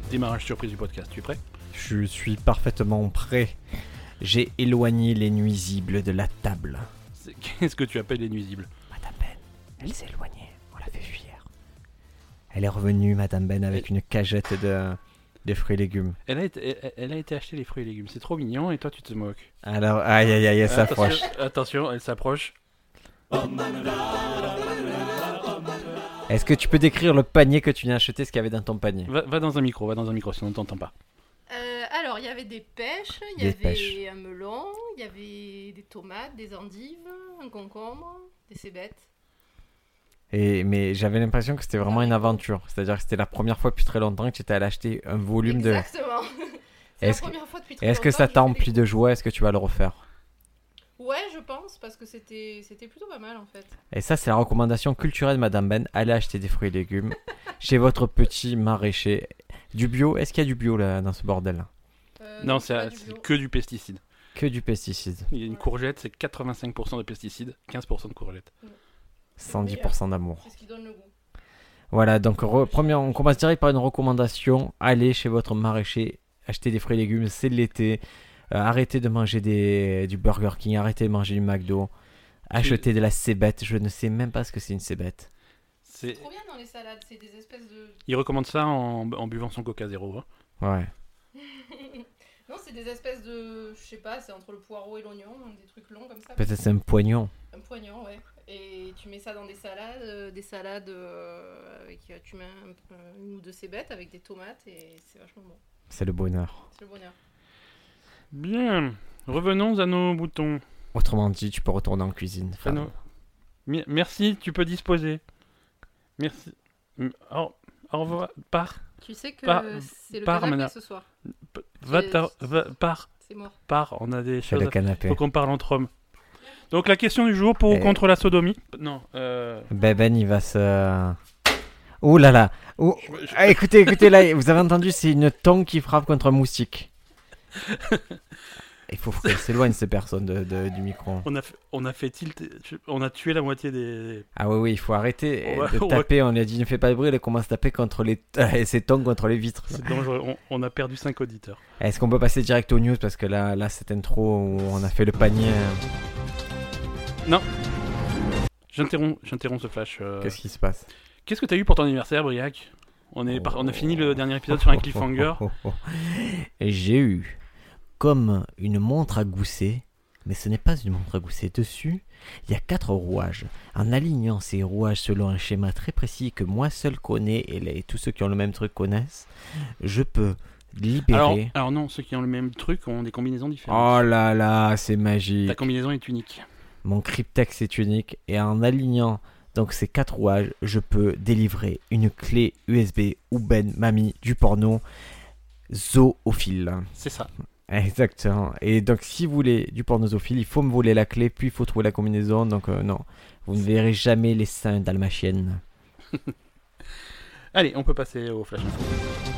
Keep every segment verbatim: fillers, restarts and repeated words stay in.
démarrage surprise du podcast. Tu es prêt ? Je suis parfaitement prêt. J'ai éloigné les nuisibles de la table. C'est... Qu'est-ce que tu appelles les nuisibles ? Madame Ben, elle s'est éloignée. On l'a fait fuir. Elle est revenue, Madame Ben, avec elle... une cagette de, de fruits et légumes. Elle a, été, elle, elle a été acheter les fruits et légumes. C'est trop mignon et toi tu te moques. Alors, aïe aïe aïe, elle s'approche. Attention, attention, elle s'approche. Est-ce que tu peux décrire le panier que tu viens acheter, ce qu'il y avait dans ton panier ? Va, va dans un micro, va dans un micro, sinon on t'entend pas. Euh, alors, il y avait des pêches, il y des avait pêches. un melon, il y avait des tomates, des endives, un concombre, des cébettes. Et, mais j'avais l'impression que c'était vraiment une aventure. C'est-à-dire que c'était la première fois depuis très longtemps que tu étais allé acheter un volume Exactement. de... C'est est-ce la que... première fois depuis très Est-ce longtemps. que ça je t'a fais rempli des... de joie ? Est-ce que tu vas le refaire ? Ouais, je pense, parce que c'était, c'était plutôt pas mal en fait. Et ça, c'est la recommandation culturelle de Madame Ben. Allez acheter des fruits et légumes chez votre petit maraîcher. Du bio ? Est-ce qu'il y a du bio là, dans ce bordel ? Euh, Non, c'est c'est, pas du c'est bio. que du pesticide. Que du pesticide. Il y a une courgette, c'est quatre-vingt-cinq pour cent de pesticides, quinze pour cent de courgettes. cent dix pour cent d'amour. C'est ce qui donne le goût. Voilà, donc re- première, on commence direct par une recommandation. Allez chez votre maraîcher, achetez des fruits et légumes, c'est l'été. Euh, arrêtez de manger des, du Burger King, arrêtez de manger du McDo. Achetez de la cébette, je ne sais même pas ce que c'est une cébette. C'est... Trop bien dans les salades, c'est des espèces de... Il recommande ça en, en buvant son Coca Zéro. Hein. Ouais. Non, c'est des espèces de... Je sais pas, c'est entre le poireau et l'oignon, des trucs longs comme ça. Peut-être c'est un poignon. Un poignon, ouais. Et tu mets ça dans des salades, euh, des salades euh, avec... Tu mets un, une ou deux cébettes avec des tomates et c'est vachement bon. C'est le bonheur. C'est le bonheur. Bien, revenons à nos boutons. Autrement dit, tu peux retourner en cuisine. Ah non. Mi- Merci, tu peux disposer. Merci. M- Au, au revoir. Pars. Tu sais que Par- c'est le par, canapé madame. ce soir. P- Va, C'est- ta- va pars. C'est mort. Pars. On a des C'est choses. le à... canapé. Faut qu'on parle entre hommes. Donc la question du jour pour ou Eh. contre la sodomie. Non. Euh... Ben Ben, il va se... Oh là là. Oh. je- je- Ah, écoutez, écoutez, là, vous avez entendu, c'est une tongue qui frappe contre un moustique. Il faut qu'elle s'éloigne, ces personnes, de, de- du micro. On a fait, on a fait tilt. je- On a tué la moitié des. Ah oui, oui, il faut arrêter On va- de on va- taper. On lui a dit, ne fais pas de bruit, elle commence à taper contre les... et ses tongs contre les vitres. C'est dangereux. On, on a perdu cinq auditeurs. Est-ce qu'on peut passer direct aux news ? Parce que là, là cette intro où on a fait le panier... Non. J'interromps, j'interromps ce flash. euh. Qu'est-ce qui se passe ? Qu'est-ce que t'as eu pour ton anniversaire, Briac ? On, est par- on a fini le dernier épisode sur un cliffhanger. Oh, oh, oh, oh. Et j'ai eu comme une montre à gousset, mais ce n'est pas une montre à gousset. Dessus, il y a quatre rouages. En alignant ces rouages selon un schéma très précis que moi seul connais et les- tous ceux qui ont le même truc connaissent, je peux libérer... Alors, alors non, ceux qui ont le même truc ont des combinaisons différentes. Oh là là, c'est magique. Ta combinaison est unique. Mon cryptex est unique et en alignant donc ces quatre rouages, je peux délivrer une clé U S B ou Ben Mamie du porno zoophile. C'est ça. Exactement. Et donc si vous voulez du porno zoophile, il faut me voler la clé, puis il faut trouver la combinaison. Donc euh, non, vous ne verrez jamais les seins dalmatiennes. Allez, on peut passer au flash info.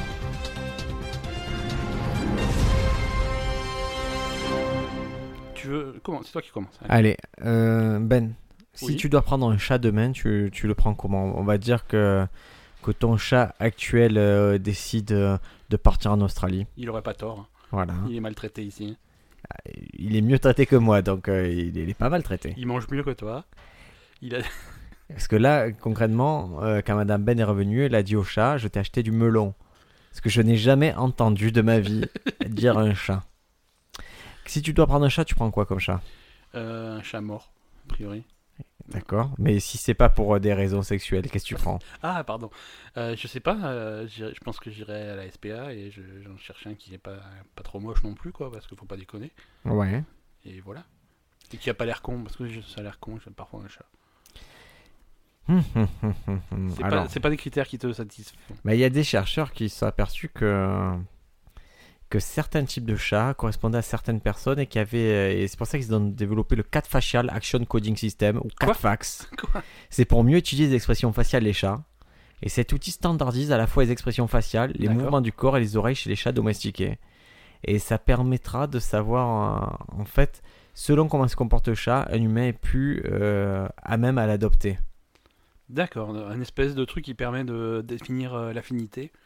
Tu veux comment ? C'est toi qui commence. Allez. Allez, euh, Ben, si Oui. tu dois prendre un chat demain, tu, tu le prends comment ? On va dire que, que ton chat actuel euh, décide euh, de partir en Australie. Il aurait pas tort. Voilà. Il est maltraité ici. Il est mieux traité que moi, donc euh, il, il est pas mal traité. Il mange mieux que toi. Il a... Parce que là, concrètement, euh, quand Madame Ben est revenue, elle a dit au chat, je t'ai acheté du melon. Parce que je n'ai jamais entendu de ma vie dire un chat. Si tu dois prendre un chat, tu prends quoi comme chat ? euh, un chat mort, a priori. D'accord. Mais si c'est pas pour euh, des raisons sexuelles, qu'est-ce que tu prends ? Ah, pardon. Euh, je sais pas. euh, j'irai- je pense que j'irai à la S P A et je, j'en cherche un qui est pas, pas trop moche non plus, quoi, parce qu'il faut pas déconner. Ouais. Et voilà. Et qui a pas l'air con, parce que je- ça a l'air con, j'aime parfois un chat. Hum, hum, hum, hum, hum. C'est Alors, pas, c'est pas des critères qui te satisfont. bah, il y a des chercheurs qui se sont aperçus que que certains types de chats correspondaient à certaines personnes et qui avaient et c'est pour ça qu'ils ont développé le Cat Facial Action Coding System ou Quoi CatFax. Quoi ? C'est pour mieux utiliser les expressions faciales des chats. Et cet outil standardise à la fois les expressions faciales, les D'accord. mouvements du corps et les oreilles chez les chats domestiqués. Et ça permettra de savoir, euh, en fait, selon comment se comporte le chat, un humain est plus euh, à même à l'adopter. D'accord, un espèce de truc qui permet de définir euh, l'affinité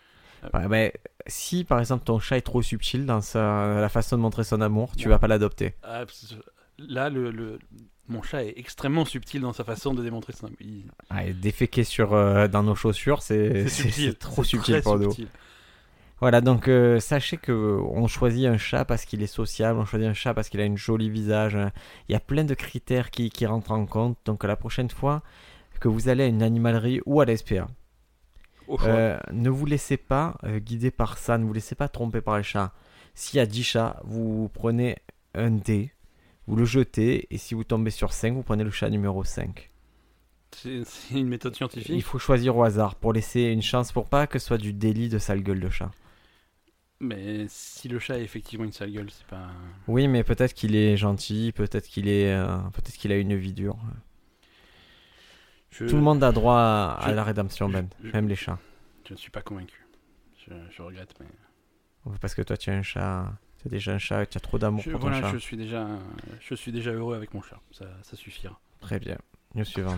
Bah, bah, si par exemple ton chat est trop subtil dans sa, la façon de montrer son amour, tu Ouais. vas pas l'adopter. Ah, parce que là, le, le- mon chat est extrêmement subtil dans sa façon de démontrer son amour. Il- Ah, et déféquer sur, euh, dans nos chaussures, c'est, C'est c'est, subtil. c'est trop c'est subtil très pour nous. subtil. Voilà, donc euh, sachez que on choisit un chat parce qu'il est sociable, on choisit un chat parce qu'il a un joli visage. hein. Il y a plein de critères qui, qui rentrent en compte. Donc la prochaine fois que vous allez à une animalerie ou à la S P A, Au choix. euh, ne vous laissez pas euh, guider par ça, ne vous laissez pas tromper par les chats. S'il y a dix chats, vous prenez un dé, vous le jetez, et si vous tombez sur cinq, vous prenez le chat numéro cinq. C'est c'est une méthode Il scientifique. faut choisir au hasard pour laisser une chance, pour pas que ce soit du délit de sale gueule de chat. Mais si le chat est effectivement une sale gueule, c'est pas. Oui, mais peut-être qu'il est gentil, peut-être qu'il est, euh, peut-être qu'il a une vie dure. Je, Tout le monde a droit à, à je- la rédemption, Ben, je- même les chats. Je ne suis pas convaincu. Je, je regrette, mais. Parce que toi, tu as un chat, tu as déjà un chat, et tu as trop d'amour Je, pour ton voilà, chat. je suis déjà, je suis déjà heureux avec mon chat. Ça, ça suffira. Très bien. News suivante.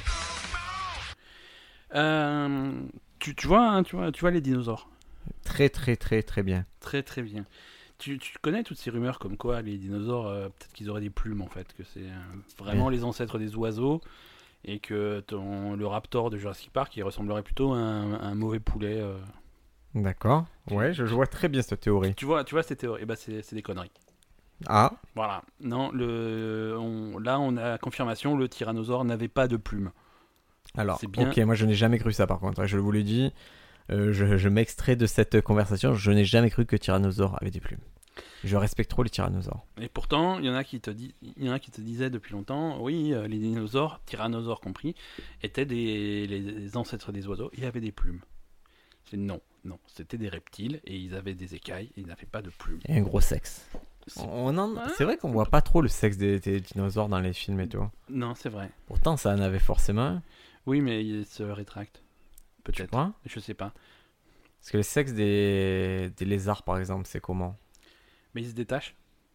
Euh, tu, tu vois, hein, tu vois, tu vois les dinosaures. Très, très, très, très bien. Très très bien. Tu, tu connais toutes ces rumeurs comme quoi les dinosaures, euh, peut-être qu'ils auraient des plumes en fait, que c'est euh, vraiment les ancêtres des oiseaux et que ton, le raptor de Jurassic Park il ressemblerait plutôt à un, à un mauvais poulet. euh. D'accord. Ouais, je, je vois très bien cette théorie. Tu vois, tu vois cette théorie, eh ben, c'est c'est des conneries. Ah, Voilà. Non, le, on- là on a confirmation, le tyrannosaure n'avait pas de plumes. alors, C'est bien. ok, moi je n'ai jamais cru ça par contre. Je vous l'ai dit, euh, je, je m'extrais de cette conversation. Je n'ai jamais cru que Tyrannosaure avait des plumes. Je respecte trop les tyrannosaures. Et pourtant, il y en a qui te dis- il y en a qui te disaient depuis longtemps, oui, euh, les dinosaures, tyrannosaures compris, étaient des les ancêtres des oiseaux. Il y avait des plumes. C'est non, non, c'était des reptiles et ils avaient des écailles et ils n'avaient pas de plumes. Et un gros sexe. C'est- On en... Ouais. C'est vrai qu'on voit pas trop le sexe des, des dinosaures dans les films et tout. Non, c'est vrai. Pourtant, ça en avait forcément un, Oui, mais ils se rétractent. tu Peut-être. vois. Je sais pas. Parce que le sexe des, des lézards, par exemple, c'est comment? Mais ils se détachent.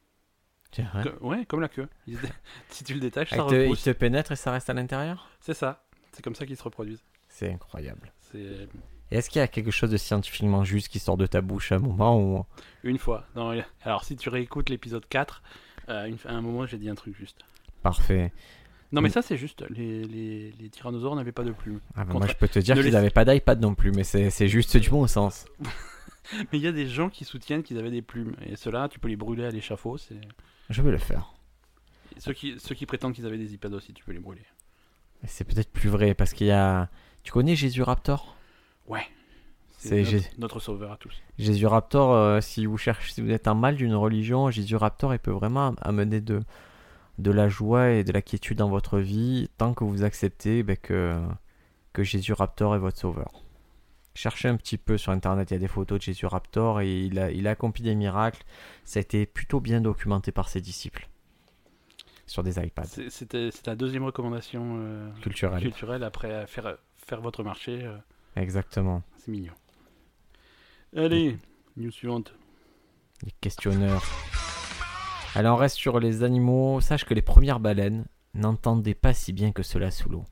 Tiens, hein. Que- ouais, comme la queue. Ils se dé- Si tu le détaches, ça Ah, il, te, il repousse. te pénètre et ça reste à l'intérieur? C'est ça. C'est comme ça qu'ils se reproduisent. C'est incroyable. C'est Et est-ce qu'il y a quelque chose de scientifiquement juste qui sort de ta bouche à un moment où... une fois. Non, alors, si tu réécoutes l'épisode quatre, euh, une- à un moment, j'ai dit un truc juste. Parfait. Non, mais Mm. ça, c'est juste. Les, les, les tyrannosaures n'avaient pas de plumes. Ah bah Contra- moi je peux te dire ne qu'ils les- n'avaient pas d'iPad non plus, mais c'est c'est juste du bon sens. Mais il y a des gens qui soutiennent qu'ils avaient des plumes. Et ceux-là, tu peux les brûler à l'échafaud. C'est... Je vais le faire. Et Ceux, qui, ceux qui prétendent qu'ils avaient des iPads aussi, tu peux les brûler. Mais c'est peut-être plus vrai parce qu'il y a... Tu connais Jésus Raptor? Ouais. C'est notre, Jé- notre sauveur à tous. Jésus Raptor, euh, si vous cherchez, si vous êtes en mal d'une religion, Jésus Raptor, il peut vraiment amener de, de la joie et de la quiétude dans votre vie tant que vous acceptez ben, que, que Jésus Raptor est votre sauveur. Cherchez un petit peu sur internet, il y a des photos de Jésus Raptor et il a, il a accompli des miracles. Ça a été plutôt bien documenté par ses disciples sur des iPads C'est, c'était, c'est ta deuxième recommandation euh, culturels. culturelle après euh, faire, faire votre marché. euh, Exactement. c'est mignon. Allez, news suivante. Les questionneurs. Alors on reste sur les animaux. Sache que les premières baleines n'entendaient pas si bien que cela sous l'eau.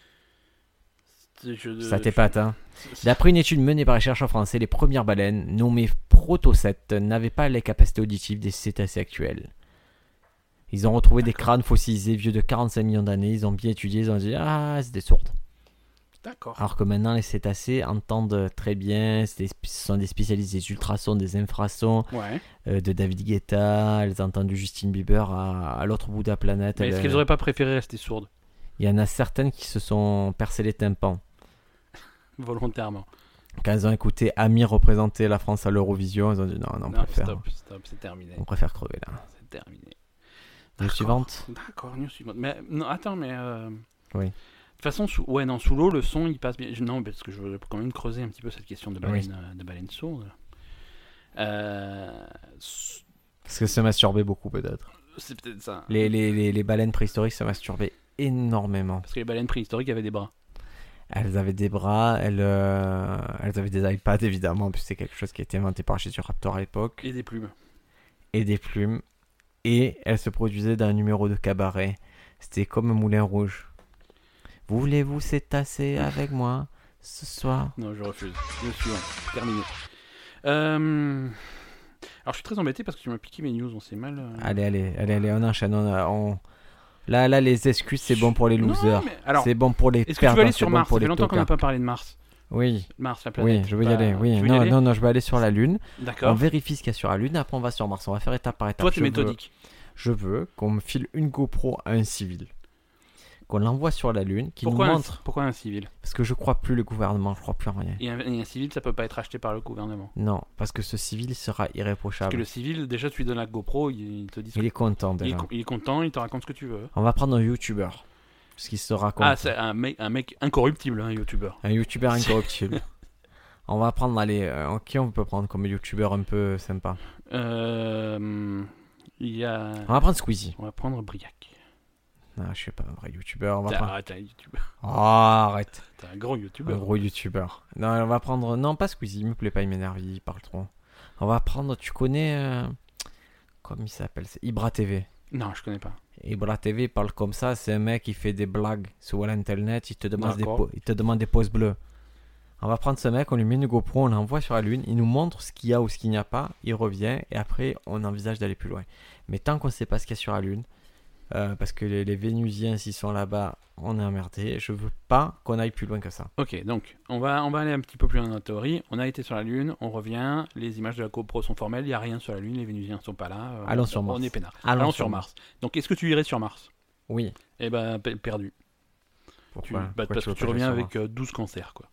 C'est- je- Ça je- t'épate, hein. c'est- D'après une étude menée par les chercheurs français, les premières baleines, nommées protocètes, n'avaient pas les capacités auditives des cétacés actuels. Ils ont retrouvé des crânes fossilisés vieux de quarante-cinq millions d'années, ils ont bien étudié, ils ont dit « Ah, c'est des sourdes ». D'accord. Alors que maintenant, les cétacés entendent très bien, c'est des, ce sont des spécialistes des ultrasons, des infrasons, Ouais. euh, de David Guetta, elles ont entendu Justin Bieber à, à l'autre bout de la planète. Mais est-ce Elles- qu'ils auraient pas préféré rester sourdes Il y en a certaines qui se sont percées les tympans. volontairement? Quand elles ont écouté Amir représenter la France à l'Eurovision, elles ont dit non, non, on, Non, préfère, stop, stop, c'est terminé. on préfère crever là. C'est terminé. News D'accord. suivante. D'accord, news suivante. Mais non, attends, mais. euh, Oui. De toute façon, sous... ouais, non, sous l'eau, le son il passe bien. Je- Non, parce que je veux quand même creuser un petit peu cette question de baleine, euh, de baleine sourde. Euh... s- Parce que se masturber beaucoup peut-être. C'est peut-être ça. Les, les, les, les baleines préhistoriques se masturbaient énormément. Parce que les baleines préhistoriques avaient des bras. Elles avaient des bras, elles, euh, elles avaient des iPads évidemment, puisque c'est quelque chose qui a été inventé par Jésus Raptor à l'époque, Et des plumes. et des plumes. Et elles se produisaient dans un numéro de cabaret. C'était comme un moulin rouge. Voulez-vous cétacés avec moi? ce soir. Non, je refuse. Le suivant. Terminé. Euh... Alors, je suis très embêté parce que tu m'as piqué mes news. On s'est mal. euh, Allez, allez, allez, allez, on enchaîne. On, a- on... Là, là, les excuses, c'est bon pour les Non, losers. mais- Alors, C'est bon pour les est-ce que tu veux perdants, aller c'est sur bon Mars pour Ça fait les longtemps qu'on n'a tocards. pas parlé de Mars. Oui, Mars, la planète. oui, je veux y Bah, aller. Oui, tu veux y non, aller non, non, je vais aller sur la Lune. On D'accord. vérifie ce qu'il y a sur la Lune. Après, on va sur Mars. On va faire étape par étape. Toi, t'es Je veux- méthodique. Je veux qu'on me file une GoPro à un civil, qu'on l'envoie sur la Lune, qui Pourquoi nous un, montre. pourquoi un civil Parce que je crois plus le gouvernement, je crois plus en rien. et un, et un civil, ça peut pas être acheté par le gouvernement. Non, parce que ce civil sera Parce que irréprochable. le civil, déjà, tu lui donnes la GoPro, il, il te dit. ce Il que- est content il, est, déjà. con- il est content, il te raconte ce que tu veux. On va prendre un YouTuber, ce qui se raconte. Ah, c'est un mec, un mec incorruptible, un youtubeur. Un YouTuber incorruptible. On va prendre, allez, euh, qui on peut prendre comme YouTuber un peu sympa? Euh, il y a. On va prendre Squeezie. On va prendre Briac. Non, je sais pas, un vrai YouTuber. On va T'as- prendre. Arrête, t'es un youtubeur. Oh, arrête. T'es un grand Un youtubeur. gros YouTuber. Non, on va prendre. Non, pas Squeezie, il me plaît pas, il m'énerve, il parle trop. On va prendre, tu connais. euh, Comment il s'appelle? C'est Ibra T V. Non, je connais pas. Ibra T V il parle comme ça, c'est un mec qui fait des blagues sur l'internet, il te demande des, D'accord. po- il te demande des pouces bleus. On va prendre ce mec, on lui met une GoPro, on l'envoie sur la Lune, il nous montre ce qu'il y a ou ce qu'il n'y a pas, il revient et après on envisage d'aller plus loin. Mais tant qu'on ne sait pas ce qu'il y a sur la Lune, euh, parce que les, les Vénusiens s'ils sont là-bas, on est emmerdé, je veux pas qu'on aille plus loin que ça. Ok, donc on va, on va aller un petit peu plus loin dans la théorie. On a été sur la Lune, on revient, les images de la GoPro sont formelles, il n'y a rien sur la Lune, les Vénusiens sont pas là. euh, Allons on, sur Mars. On est peinard. Allons Allons, sur sur Mars. Donc est-ce que tu irais sur Mars? Oui. Eh ben, pe- perdu. Tu- Pourquoi, bah, Pourquoi parce veux que tu pas que reviens je sois avec euh, douze cancers, quoi.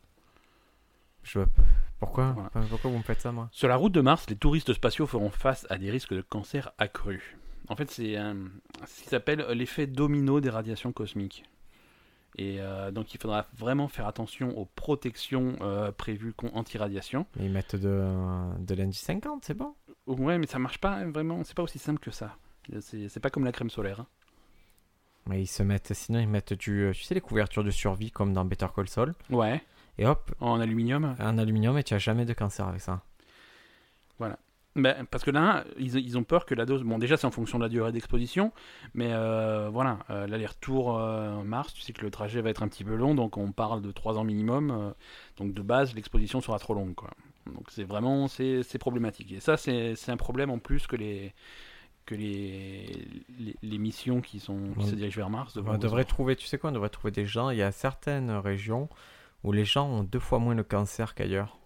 Je veux pas. Pourquoi Voilà. Enfin, Pourquoi vous me faites ça, moi? Sur la route de Mars, les touristes spatiaux feront face à des risques de cancer accrus. En fait, c'est un- ce qui s'appelle l'effet domino des radiations cosmiques. Et euh, donc, il faudra vraiment faire attention aux protections euh, prévues con- anti-radiation. Ils mettent de, de l'indice cinquante, c'est bon? Ouais, mais ça marche pas vraiment. C'est pas aussi simple que ça. C'est c'est pas comme la crème solaire. hein. Mais ils se mettent, sinon ils mettent du, tu sais, les couvertures de survie comme dans Better Call Saul. Ouais, Et hop, en aluminium. un aluminium et tu as jamais de cancer avec ça. Ben, parce que là, ils, ils ont peur que la dose. Bon, déjà, c'est en fonction de la durée d'exposition, mais euh, voilà, euh, l'aller-retour euh, Mars, tu sais que le trajet va être un petit peu long, donc on parle de trois ans minimum. euh, donc de base, l'exposition sera trop longue, quoi. Donc c'est vraiment c'est, c'est problématique. Et ça, c'est, c'est un problème en plus que les que les, les, les missions qui sont qui On- se dirigent vers Mars. devront On devrait résoudre. trouver, tu sais quoi, on devrait trouver des gens. Il y a certaines régions où les gens ont deux fois moins le cancer qu'ailleurs.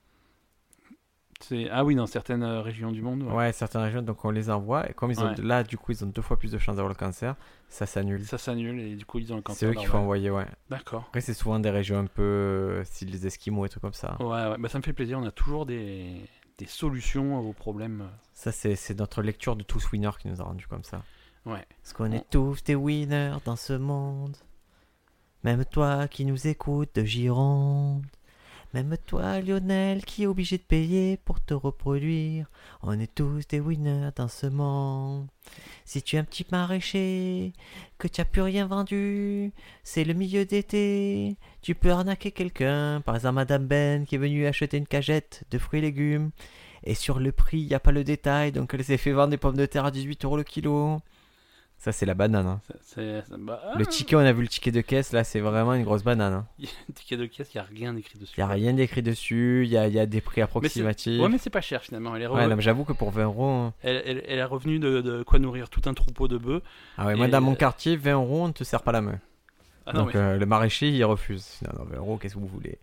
C'est... Ah oui, dans certaines euh, régions du monde. Ouais. ouais. certaines régions, donc on les envoie. Et comme ils ont Ouais. là, du coup, ils ont deux fois plus de chances d'avoir le cancer, ça s'annule. Ça s'annule et du coup, ils ont le cancer. C'est eux qu'il faut normal. envoyer, ouais. D'accord. Après, c'est souvent des régions un peu euh, style les Esquimaux et trucs comme ça. Ouais, ouais, bah ça me fait plaisir. On a toujours des, des solutions aux problèmes. Ça, c'est, c'est notre lecture de Tous Winners qui nous a rendu comme ça. Ouais. Parce qu'on On- est tous des winners dans ce monde. Même toi qui nous écoutes de Gironde. Même toi, Lionel, qui est obligé de payer pour te reproduire. On est tous des winners dans ce monde. Si tu es un petit maraîcher, que tu n'as plus rien vendu, c'est le milieu d'été. Tu peux arnaquer quelqu'un, par exemple Madame Ben qui est venue acheter une cagette de fruits et légumes. Et sur le prix, il n'y a pas le détail, donc elle s'est fait vendre des pommes de terre à dix-huit euros le kilo. Ça, c'est la banane. hein. C'est, c'est- c'est- bah, ah, Le ticket, on a vu le ticket de caisse, là, c'est vraiment une grosse banane. hein. ticket de caisse, il n'y a rien écrit dessus. Il n'y a rien d'écrit dessus, il y a, il y a des prix approximatifs. Ouais, mais c'est pas cher finalement. Elle est, re- Ouais, non, mais j'avoue que pour vingt euros. hein. elle, elle, elle a revenu de, de quoi nourrir tout un troupeau de bœufs. Ah ouais, moi, Et- dans mon quartier, vingt euros, on ne te serre pas la main. Ah non, Donc mais euh, le maraîcher, il refuse. Non, non, vingt euros, qu'est-ce que vous voulez?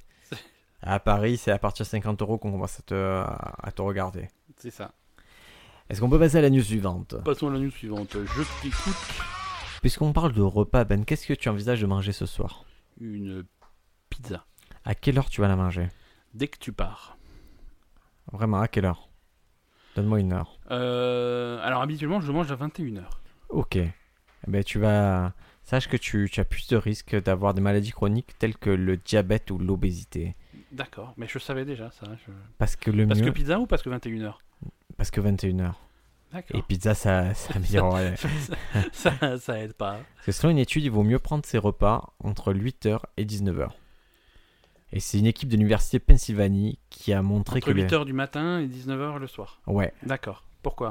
À Paris, c'est à partir de cinquante euros qu'on commence à te, à, à te regarder. c'est ça. Est-ce qu'on peut passer à la news suivante? Passons à la news suivante. Je t'écoute. Puisqu'on parle de repas, Ben, qu'est-ce que tu envisages de manger ce soir? Une pizza. À quelle heure tu vas la manger? Dès que tu pars. Vraiment, à quelle heure? Donne-moi une heure. Euh, alors habituellement, je mange à vingt et une heures. Ok. Eh ben, tu vas... Sache que tu, tu as plus de risques d'avoir des maladies chroniques telles que le diabète ou l'obésité. D'accord, mais je savais déjà ça. je- Parce que le Parce mieux... que pizza ou parce que vingt et une heures? Parce que vingt et une heures. D'accord. Et pizza, ça, ça améliorerait. ça, ça, ça aide pas. Parce que selon une étude, il vaut mieux prendre ses repas entre huit heures et dix-neuf heures. Et c'est une équipe de l'université Pennsylvanie qui a montré Entre que... les- huit heures du matin et dix-neuf heures le soir. Ouais. D'accord. Pourquoi?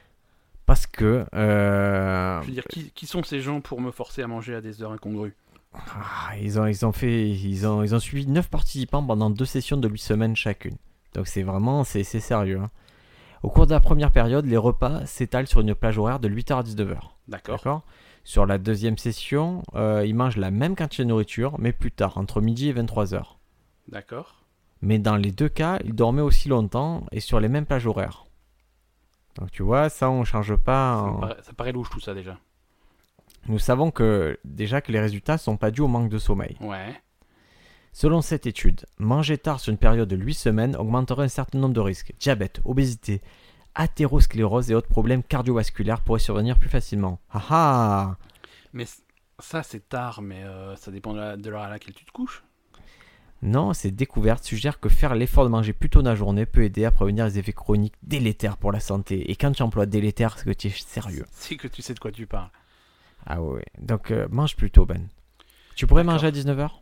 Parce que... euh, Je veux dire, qui, qui sont ces gens pour me forcer à manger à des heures incongrues? Ah, ils, ont, ils, ont fait, ils, ont, ils ont suivi neuf participants pendant deux sessions de huit semaines chacune. Donc c'est vraiment c'est, c'est sérieux. Hein. Au cours de la première période, les repas s'étalent sur une plage horaire de huit heures à dix-neuf heures. D'accord. D'accord. Sur la deuxième session, euh, ils mangent la même quantité de nourriture, mais plus tard, entre midi et vingt-trois heures. D'accord. Mais dans les deux cas, ils dormaient aussi longtemps et sur les mêmes plages horaires. Donc tu vois, ça on ne change pas. Ça, En... me paraît, ça paraît louche tout ça déjà. Nous savons que déjà que les résultats ne sont pas dus au manque de sommeil. Ouais. Selon cette étude, manger tard sur une période de huit semaines augmenterait un certain nombre de risques. Diabète, obésité, athérosclérose et autres problèmes cardiovasculaires pourraient survenir plus facilement. Ah ah. Mais c- ça c'est tard, mais euh, ça dépend de, la- de l'heure à laquelle tu te couches. Non, ces découvertes suggèrent que faire l'effort de manger plus tôt dans la journée peut aider à prévenir les effets chroniques délétères pour la santé. Et quand tu emploies délétère, c'est que tu es sérieux. C'est que tu sais de quoi tu parles. Ah ouais, donc euh, mange plus tôt, Ben. Tu pourrais D'accord. manger à dix-neuf heures?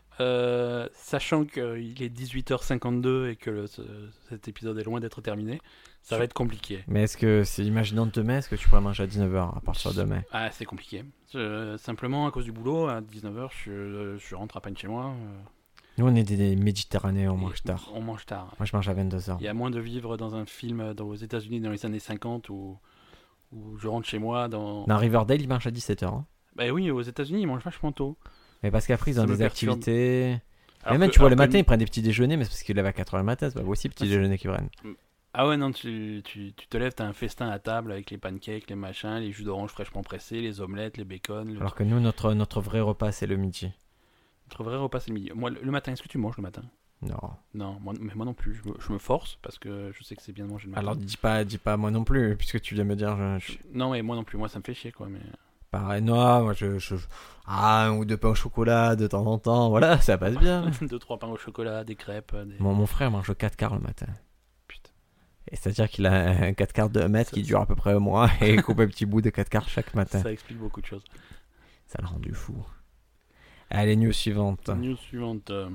Euh, sachant qu'il est dix-huit heures cinquante-deux et que le- ce- cet épisode est loin d'être terminé, ça va être compliqué. Mais est-ce que, c'est, imaginons demain, est-ce que tu pourrais manger à dix-neuf heures à partir de demain? Ah, c'est compliqué. Je- simplement à cause du boulot, à dix-neuf heures, je, je rentre à peine chez moi. euh, Nous, on est des, des Méditerranéens, on et mange tard. On mange tard. Moi, je mange à vingt-deux heures. Il y a moins de vivre dans un film dans, aux États-Unis dans les années cinquante où, où je rentre chez moi dans. Dans Riverdale, ils mangent à dix-sept heures. Hein. Bah oui, aux États-Unis, ils mangent vachement tôt. Mais parce qu'après, ils Ça ont me des perturbe. activités. Alors Mais même, que- tu vois, le alors que matin, nous- ils prennent des petits déjeuners, mais c'est parce qu'ils lèvent à quatre heures le matin. C'est pas possible, petit Ah, c'est- déjeuner qu'ils prennent. Ah ouais, non, tu, tu, tu te lèves, t'as un festin à table avec les pancakes, les machins, les jus d'orange fraîchement pressés, les omelettes, les bacon. Le... Alors que nous, notre, notre vrai repas, c'est le midi. Notre vrai repas, c'est le midi. Moi, le, le matin, est-ce que tu manges le matin? Non. Non, moi, mais moi non plus. Je me, je me force parce que je sais que c'est bien de manger le matin. Alors, dis pas, dis pas moi non plus, puisque tu viens me dire. Je, je- Non, mais moi non plus. Moi, ça me fait chier, quoi. Mais... Pareil, non, moi, je, je. Ah, un ou deux pains au chocolat de temps en temps, voilà, ça passe bien. Deux, trois pains au chocolat, des crêpes. Des... mon, mon frère mange quatre quarts le matin. Putain. Et c'est-à-dire qu'il a un quatre quarts de un mètre Ça, qui ça- dure à peu près un mois et il coupe un petit bout de quatre quarts chaque matin. Ça explique beaucoup de choses. Ça l'a rendu fou. Allez, news suivante. News suivante. euh.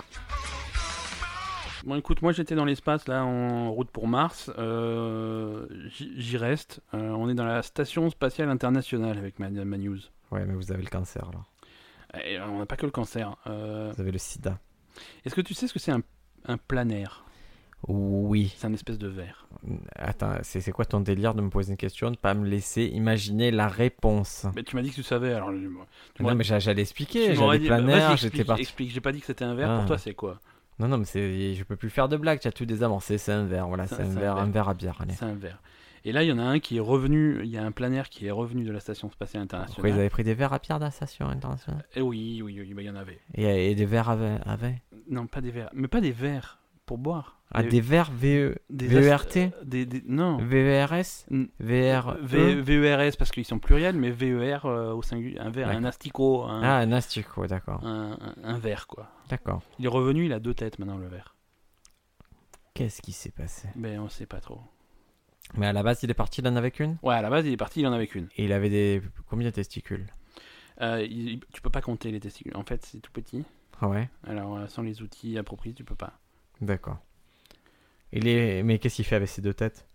Bon, écoute, moi j'étais dans l'espace là en route pour Mars. Euh, j'y j'y reste. Euh, on est dans la station spatiale internationale avec ma, ma news. Ouais, mais vous avez le cancer là. Et on n'a pas que le cancer. Euh, Vous avez le sida. Est-ce que tu sais ce que c'est un, un planaire? Oui. C'est un espèce de verre. Attends, c'est, c'est quoi ton délire de me poser une question, de pas me laisser imaginer la réponse? Mais tu m'as dit que tu savais. Alors, je- tu Non, m'aurais- mais j'a- j'allais expliquer. tu m'aurais J'allais dit- bah, planaire, vas-y, j'étais explique, parti. explique. J'ai pas dit que c'était un verre. Ah. Pour toi, c'est quoi? Non, non, mais c'est, je peux plus faire de blagues. Tu as tout désamorcé. C'est un verre. Voilà, C'est- c'est un c'est un verre, verre. un verre à bière. Allez. C'est un verre. Et là, il y en a un qui est revenu. Il y a un planaire qui est revenu de la station spatiale Pourquoi ils internationale. avaient pris des verres à pierre dans la station internationale? Et oui, oui, oui, bah, il y en avait. Et, et des verres à vin, à vin? Non, pas des verres. Mais pas des verres pour boire. Ah, des verres V E, des V E R T? ast- des, des- Non. V E R S? Mm. V R V- VERS parce qu'ils sont pluriels, mais V E R euh, au singulier. Un verre, un D'accord. asticot, un, Ah, un asticot, d'accord. un, un- un verre, quoi. D'accord. Il est revenu, il a deux têtes maintenant, le verre. Qu'est-ce qui s'est passé? Mais on sait pas trop. Mais à la base, il est parti, il en avait qu'une? Ouais, à la base, il est parti, il en avait qu'une. Et il avait des. Combien de testicules? Euh, il- tu peux pas compter les testicules. En fait, c'est tout petit. Ah ouais, Alors, euh, sans les outils appropriés, tu peux pas. d'accord. Il est... Mais qu'est-ce qu'il fait avec ses deux têtes?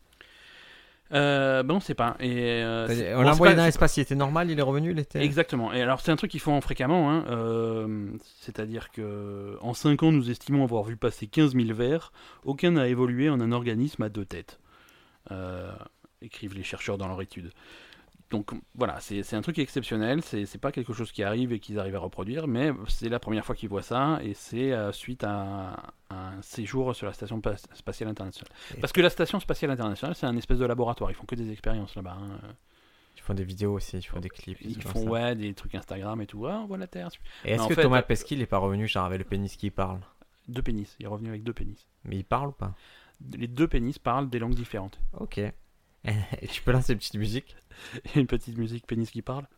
Euh, ben, on sait pas. Et, euh, c'est- On bon, l'a c'est envoyé pas- dans c'est l'espace, il était normal, il est revenu, il était... Exactement. Et alors c'est un truc qu'ils font fréquemment, hein. euh, c'est-à-dire que en cinq ans nous estimons avoir vu passer quinze mille vers, aucun n'a évolué en un organisme à deux têtes, euh, écrivent les chercheurs dans leur étude. Donc voilà, c'est c'est un truc exceptionnel, c'est c'est pas quelque chose qui arrive et qu'ils arrivent à reproduire, mais c'est la première fois qu'ils voient ça, et c'est euh, suite à, à un séjour sur la station pas- spatiale internationale. Et- Parce que la station spatiale internationale, c'est un espèce de laboratoire, ils font que des expériences là-bas. hein. Ils font des vidéos aussi, ils font des clips. Ils des trucs font comme ça. ouais, des trucs Instagram et tout, ah, on voit la Terre. Et est-ce Mais en que fait, Thomas euh, Pesquet, il est pas revenu, genre avec le pénis qui parle? Deux pénis, il est revenu avec deux pénis. Mais il parle ou pas? Les deux pénis parlent des langues différentes. Ok. Et tu peux lancer une petite musique? Il y a une petite musique pénis qui parle.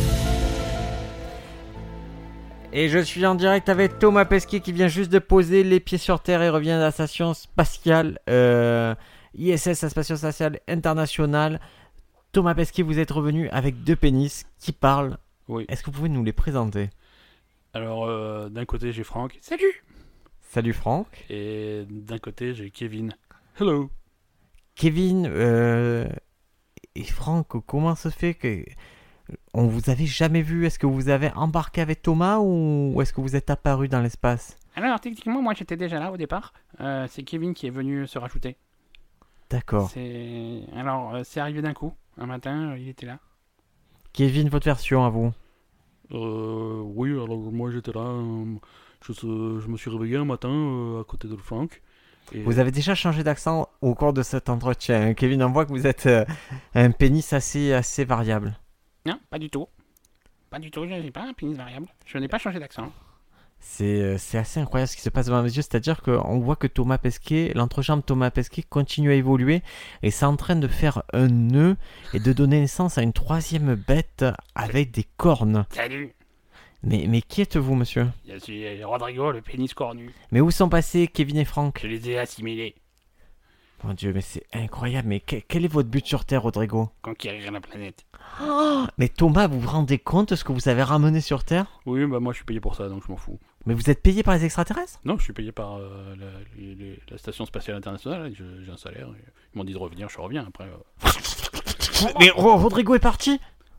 Et je suis en direct avec Thomas Pesquet qui vient juste de poser les pieds sur Terre et revient de la station spatiale euh, I S S, la station spatiale internationale. Thomas Pesquet, vous êtes revenu avec deux pénis qui parlent. Oui. Est-ce que vous pouvez nous les présenter? Alors, euh, d'un côté, j'ai Franck. Salut! Salut Franck. Et d'un côté, j'ai Kevin. Hello! Kevin euh, et Franck, comment se fait que On vous avait jamais vu. Est-ce que vous avez embarqué avec Thomas ou est-ce que vous êtes apparu dans l'espace? Alors, techniquement, moi j'étais déjà là au départ. Euh, c'est Kevin qui est venu se rajouter. D'accord. C'est... Alors, euh, c'est arrivé d'un coup. Un matin, euh, il était là. Kevin, votre version à vous? Euh, oui, alors moi j'étais là. euh, je, je me suis réveillé un matin euh, à côté de Franck. Et... Vous avez déjà changé d'accent au cours de cet entretien. Kevin, on voit que vous êtes euh, un pénis assez, assez variable. Non, pas du tout. Pas du tout, je n'ai pas un pénis variable. Je n'ai pas changé d'accent. C'est, euh, c'est assez incroyable ce qui se passe devant mes yeux. C'est-à-dire qu'on voit que Thomas Pesquet, l'entrejambe Thomas Pesquet continue à évoluer et c'est en train de faire un nœud et de donner naissance à une troisième bête avec des cornes. Salut, Mais, mais qui êtes-vous, monsieur? je suis Rodrigo, le pénis cornu. Mais où sont passés Kevin et Franck? Je les ai assimilés. Mon Dieu, mais c'est incroyable. Mais que- quel est votre but sur Terre, Rodrigo? Conquérir la planète. Oh, mais Thomas, vous vous rendez compte de ce que vous avez ramené sur Terre? Oui, bah moi je suis payé pour ça, donc je m'en fous. Mais vous êtes payé par les extraterrestres? Non, je suis payé par euh, la, les- les- la Station Spatiale Internationale. je- J'ai un salaire. et Ils m'ont dit de revenir, je reviens après. euh. Mais Ro- Rodrigo est parti?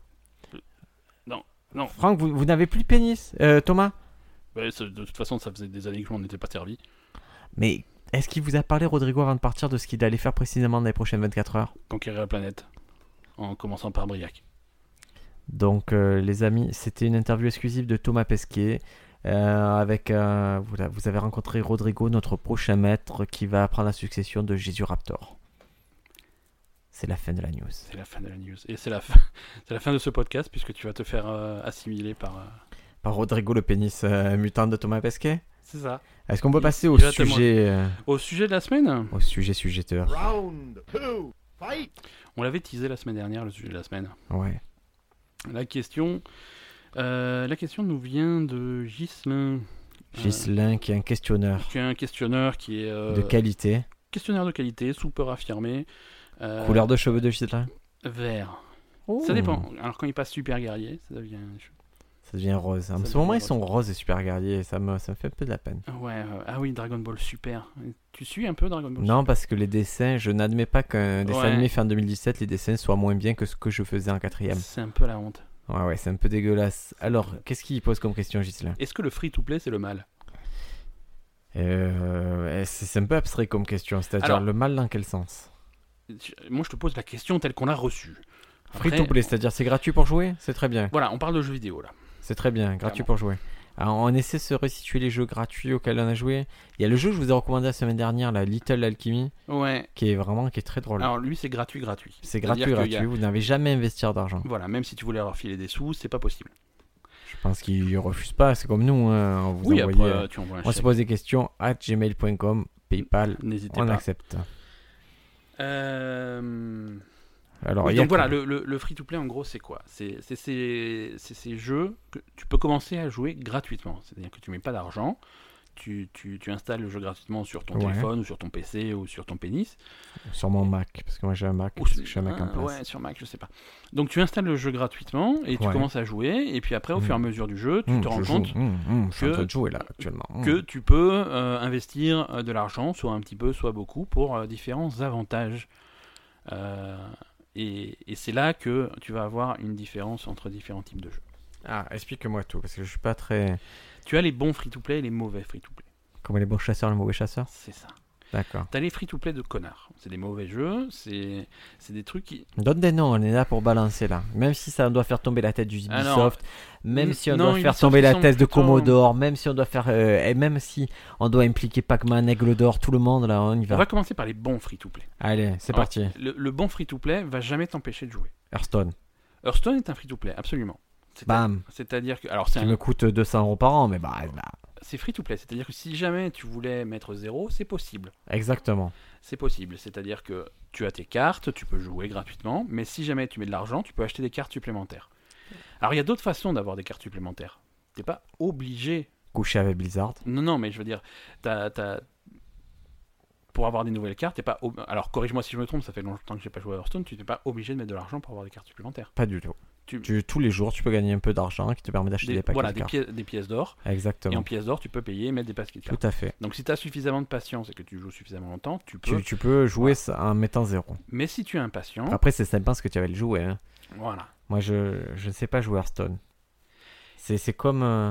Non, non. Franck, vous, vous n'avez plus de pénis. Euh, Thomas? Ouais, c'est- de toute façon, ça faisait des années que je m'en étais pas servi. Mais est-ce qu'il vous a parlé, Rodrigo, avant de partir, de ce qu'il allait faire précisément dans les prochaines vingt-quatre heures? Conquérir la planète. En commençant par Briac. Donc, euh, les amis, c'était une interview exclusive de Thomas Pesquet. euh, avec, euh, vous, la- vous avez rencontré Rodrigo, notre prochain maître, qui va prendre la succession de Jésus Raptor. C'est la fin de la news. C'est la fin de la news. Et c'est la fin, c'est la fin de ce podcast, puisque tu vas te faire euh, assimiler par. euh, Par Rodrigo, le pénis euh, mutant de Thomas Pesquet. C'est ça. Est-ce qu'on peut Il- passer au il va tellement- sujet, euh, Au sujet de la semaine, au sujet sujeteur? Round two, fight! on l'avait teasé la semaine dernière, le sujet de la semaine. Ouais. La question, euh, la question nous vient de Ghislain. Euh, Ghislain, qui est un questionneur qui est un questionneur qui est euh, de qualité. questionnaire de qualité, super affirmé. euh, Couleur de cheveux de Ghislain. vert. Oh. Ça dépend. Alors quand il passe super guerrier, ça devient. Ça devient rose. En Ça ce devient moment, ils rose. sont roses et super guerriers. Ça me, ça me fait un peu de la peine. Ouais. euh, ah oui, Dragon Ball Super. Tu suis un peu Dragon Ball Non, parce que les dessins, je n'admets pas qu'un dessin Ouais. animé fait en deux mille dix-sept, les dessins soient moins bien que ce que je faisais en quatrième. C'est un peu la honte. Ouais, ouais, c'est un peu dégueulasse. Alors, qu'est-ce qu'il pose comme question, Ghislain? Est-ce que le free-to-play c'est le mal? euh, c'est, c'est un peu abstrait comme question. C'est-à-dire Alors- le mal dans quel sens? Moi je te pose la question telle qu'on l'a reçue. Free Après, to play, c'est-à-dire c'est gratuit pour jouer? C'est très bien. Voilà, on parle de jeux vidéo là. C'est très bien, gratuit Clairement. pour jouer. Alors, on essaie de se resituer les jeux gratuits auxquels on a joué. Il y a le jeu que je vous ai recommandé la semaine dernière, la Little Alchemy, Ouais. qui est vraiment qui est très drôle. Alors lui c'est gratuit, gratuit. c'est C'est-à-dire gratuit, qu'il y gratuit. a- Vous n'avez jamais à investir d'argent. Voilà, même si tu voulais leur filer des sous, c'est pas possible. Je pense qu'ils ne refusent pas. C'est comme nous. Hein. On vous Oui, envoyez, après euh, euh, tu envoies un on se chèque. pose des questions à gmail point com, PayPal, N'hésitez on pas. accepte. Euh... Alors, Oui, il y a donc voilà, quoi le, le, le free-to-play en gros c'est quoi? C'est c'est ces c'est ces jeux que tu peux commencer à jouer gratuitement. C'est-à-dire que tu mets pas d'argent, tu, tu, tu installes le jeu gratuitement sur ton Ouais. téléphone ou sur ton P C ou sur ton pénis. Sur mon Mac, parce que moi j'ai un Mac, Ou parce sur- que je suis un Mac en ah, place. ouais, sur Mac, je sais pas. Donc tu installes le jeu gratuitement et tu Ouais. commences à jouer et puis après au Mm. fur et à mesure du jeu, tu Mmh, te rends je compte joue. Mmh, mmh, je suis en que- train de jouer là actuellement. Mmh. que tu peux euh, investir euh, de l'argent, soit un petit peu, soit beaucoup, pour euh, différents avantages. Euh, et et c'est là que tu vas avoir une différence entre différents types de jeux. Ah, explique-moi tout, parce que je suis pas très. Tu as les bons free-to-play et les mauvais free-to-play. Comme les bons chasseurs, les mauvais chasseurs. C'est ça. D'accord. T'as les free-to-play de connards. C'est des mauvais jeux, c'est c'est des trucs qui... Donne des noms, on est là pour balancer là. Même si ça doit faire tomber la tête du Ubisoft, Alors, même n- si on non, doit faire Ubisoft, tomber ils la sont tête de plutôt- Commodore, même si on doit faire. euh, et même si on doit impliquer Pac-Man, Aigle d'Or, tout le monde là, on y On va. va commencer par les bons free-to-play. Allez, c'est Alors, parti. Le, le bon free-to-play va jamais t'empêcher de jouer. Hearthstone. Hearthstone est un free-to-play, absolument. C'est- Bam. C'est-à-dire que... Alors c'est Qui un- me coûte deux cents euros par an, mais bah, bah, c'est free-to-play, c'est-à-dire que si jamais tu voulais mettre zéro, c'est possible. exactement. C'est possible, c'est-à-dire que tu as tes cartes, tu peux jouer gratuitement, mais si jamais tu mets de l'argent, tu peux acheter des cartes supplémentaires. Alors il y a d'autres façons d'avoir des cartes supplémentaires. T'es pas obligé. Couché avec Blizzard. Non, non, mais je veux dire, t'as, t'as- pour avoir des nouvelles cartes, t'es pas. ob- Alors corrige-moi si je me trompe, ça fait longtemps que j'ai pas joué à Hearthstone, tu n'es pas obligé de mettre de l'argent pour avoir des cartes supplémentaires. Pas du tout. Tu- Tu, tous les jours, tu peux gagner un peu d'argent qui te permet d'acheter des, Des, paquets voilà, de des, cartes. pièces, des pièces d'or, et Exactement. en pièces d'or, tu peux payer et mettre des paquets de Tout cartes. à fait. Donc si tu as suffisamment de patience et que tu joues suffisamment longtemps, tu peux. Tu, tu peux jouer ça en mettant zéro. Mais si tu es impatient, Après, c'est sympa ce que tu avais le jouer. Hein. voilà. Moi, je je ne sais pas jouer Hearthstone. C'est c'est comme... euh,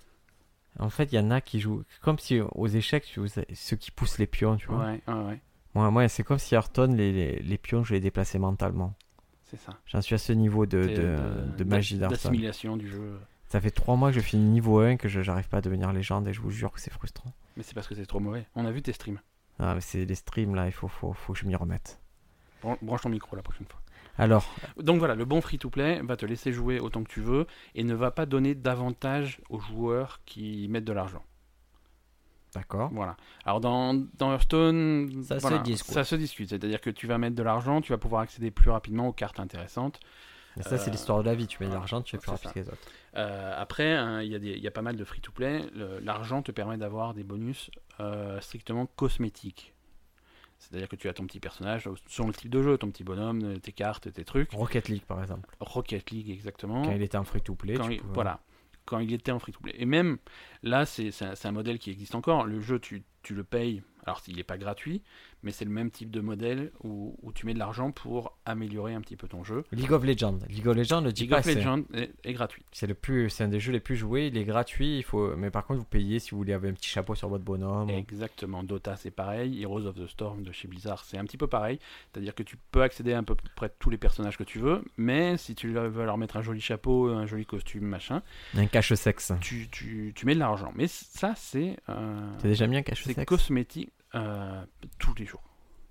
En fait, il y en a qui jouent... Comme si aux échecs, tu vois, ceux qui poussent les pions, tu vois. Ouais, ouais, ouais, Moi, moi c'est comme si Hearthstone, les, les, les pions, je les déplaçais mentalement. c'est ça. J'en suis à ce niveau de, C'est, de, euh, de magie d'a- d'Hearthstone. D'assimilation du jeu. Ça fait trois mois que je finis niveau un, que je n'arrive pas à devenir légende, et je vous jure que c'est frustrant. Mais c'est parce que c'est trop mauvais. On a vu tes streams. Ah, mais c'est les streams, là, il faut, faut, faut que je m'y remette. Bran- Branche ton micro la prochaine fois. Alors, Donc voilà, le bon free-to-play va te laisser jouer autant que tu veux et ne va pas donner d'avantage aux joueurs qui mettent de l'argent. d'accord. Voilà. Alors dans, dans Hearthstone, Ça se voilà, discute. ça se discute. C'est-à-dire que tu vas mettre de l'argent, tu vas pouvoir accéder plus rapidement aux cartes intéressantes. Mais ça, c'est Euh, l'histoire de la vie. Tu mets de voilà, l'argent, tu es plus c'est rapide ça. que les autres. Euh, après, hein, il y, a des- il y a pas mal de free-to-play. Le- L'argent te permet d'avoir des bonus euh, strictement cosmétiques. C'est-à-dire que tu as ton petit personnage, selon le type de jeu, ton petit bonhomme, tes cartes, tes trucs. Rocket League, par exemple. Rocket League, exactement. Quand il était en free-to-play, Quand tu il, pouvais- voilà, quand il était en free-to-play. Et même là, c'est c'est un, c'est un modèle qui existe encore. Le jeu, tu, tu le payes. Alors, il n'est pas gratuit, mais c'est le même type de modèle où, où tu mets de l'argent pour améliorer un petit peu ton jeu. League of Legends. League of Legends, le dis League pas of assez. Legends est, est gratuit. C'est le plus, c'est un des jeux les plus joués. Il est gratuit. Il faut, mais par contre, vous payez si vous voulez avoir un petit chapeau sur votre bonhomme. Exactement. Dota, c'est pareil. Heroes of the Storm de chez Blizzard, c'est un petit peu pareil. C'est-à-dire que tu peux accéder à un peu près tous les personnages que tu veux, mais si tu veux leur mettre un joli chapeau, un joli costume, machin, Un cache-sexe. tu, tu, tu mets de l'argent. Mais ça, c'est euh, T'as déjà mis un c'est cache-sexe? cosmétique euh, tous les jours.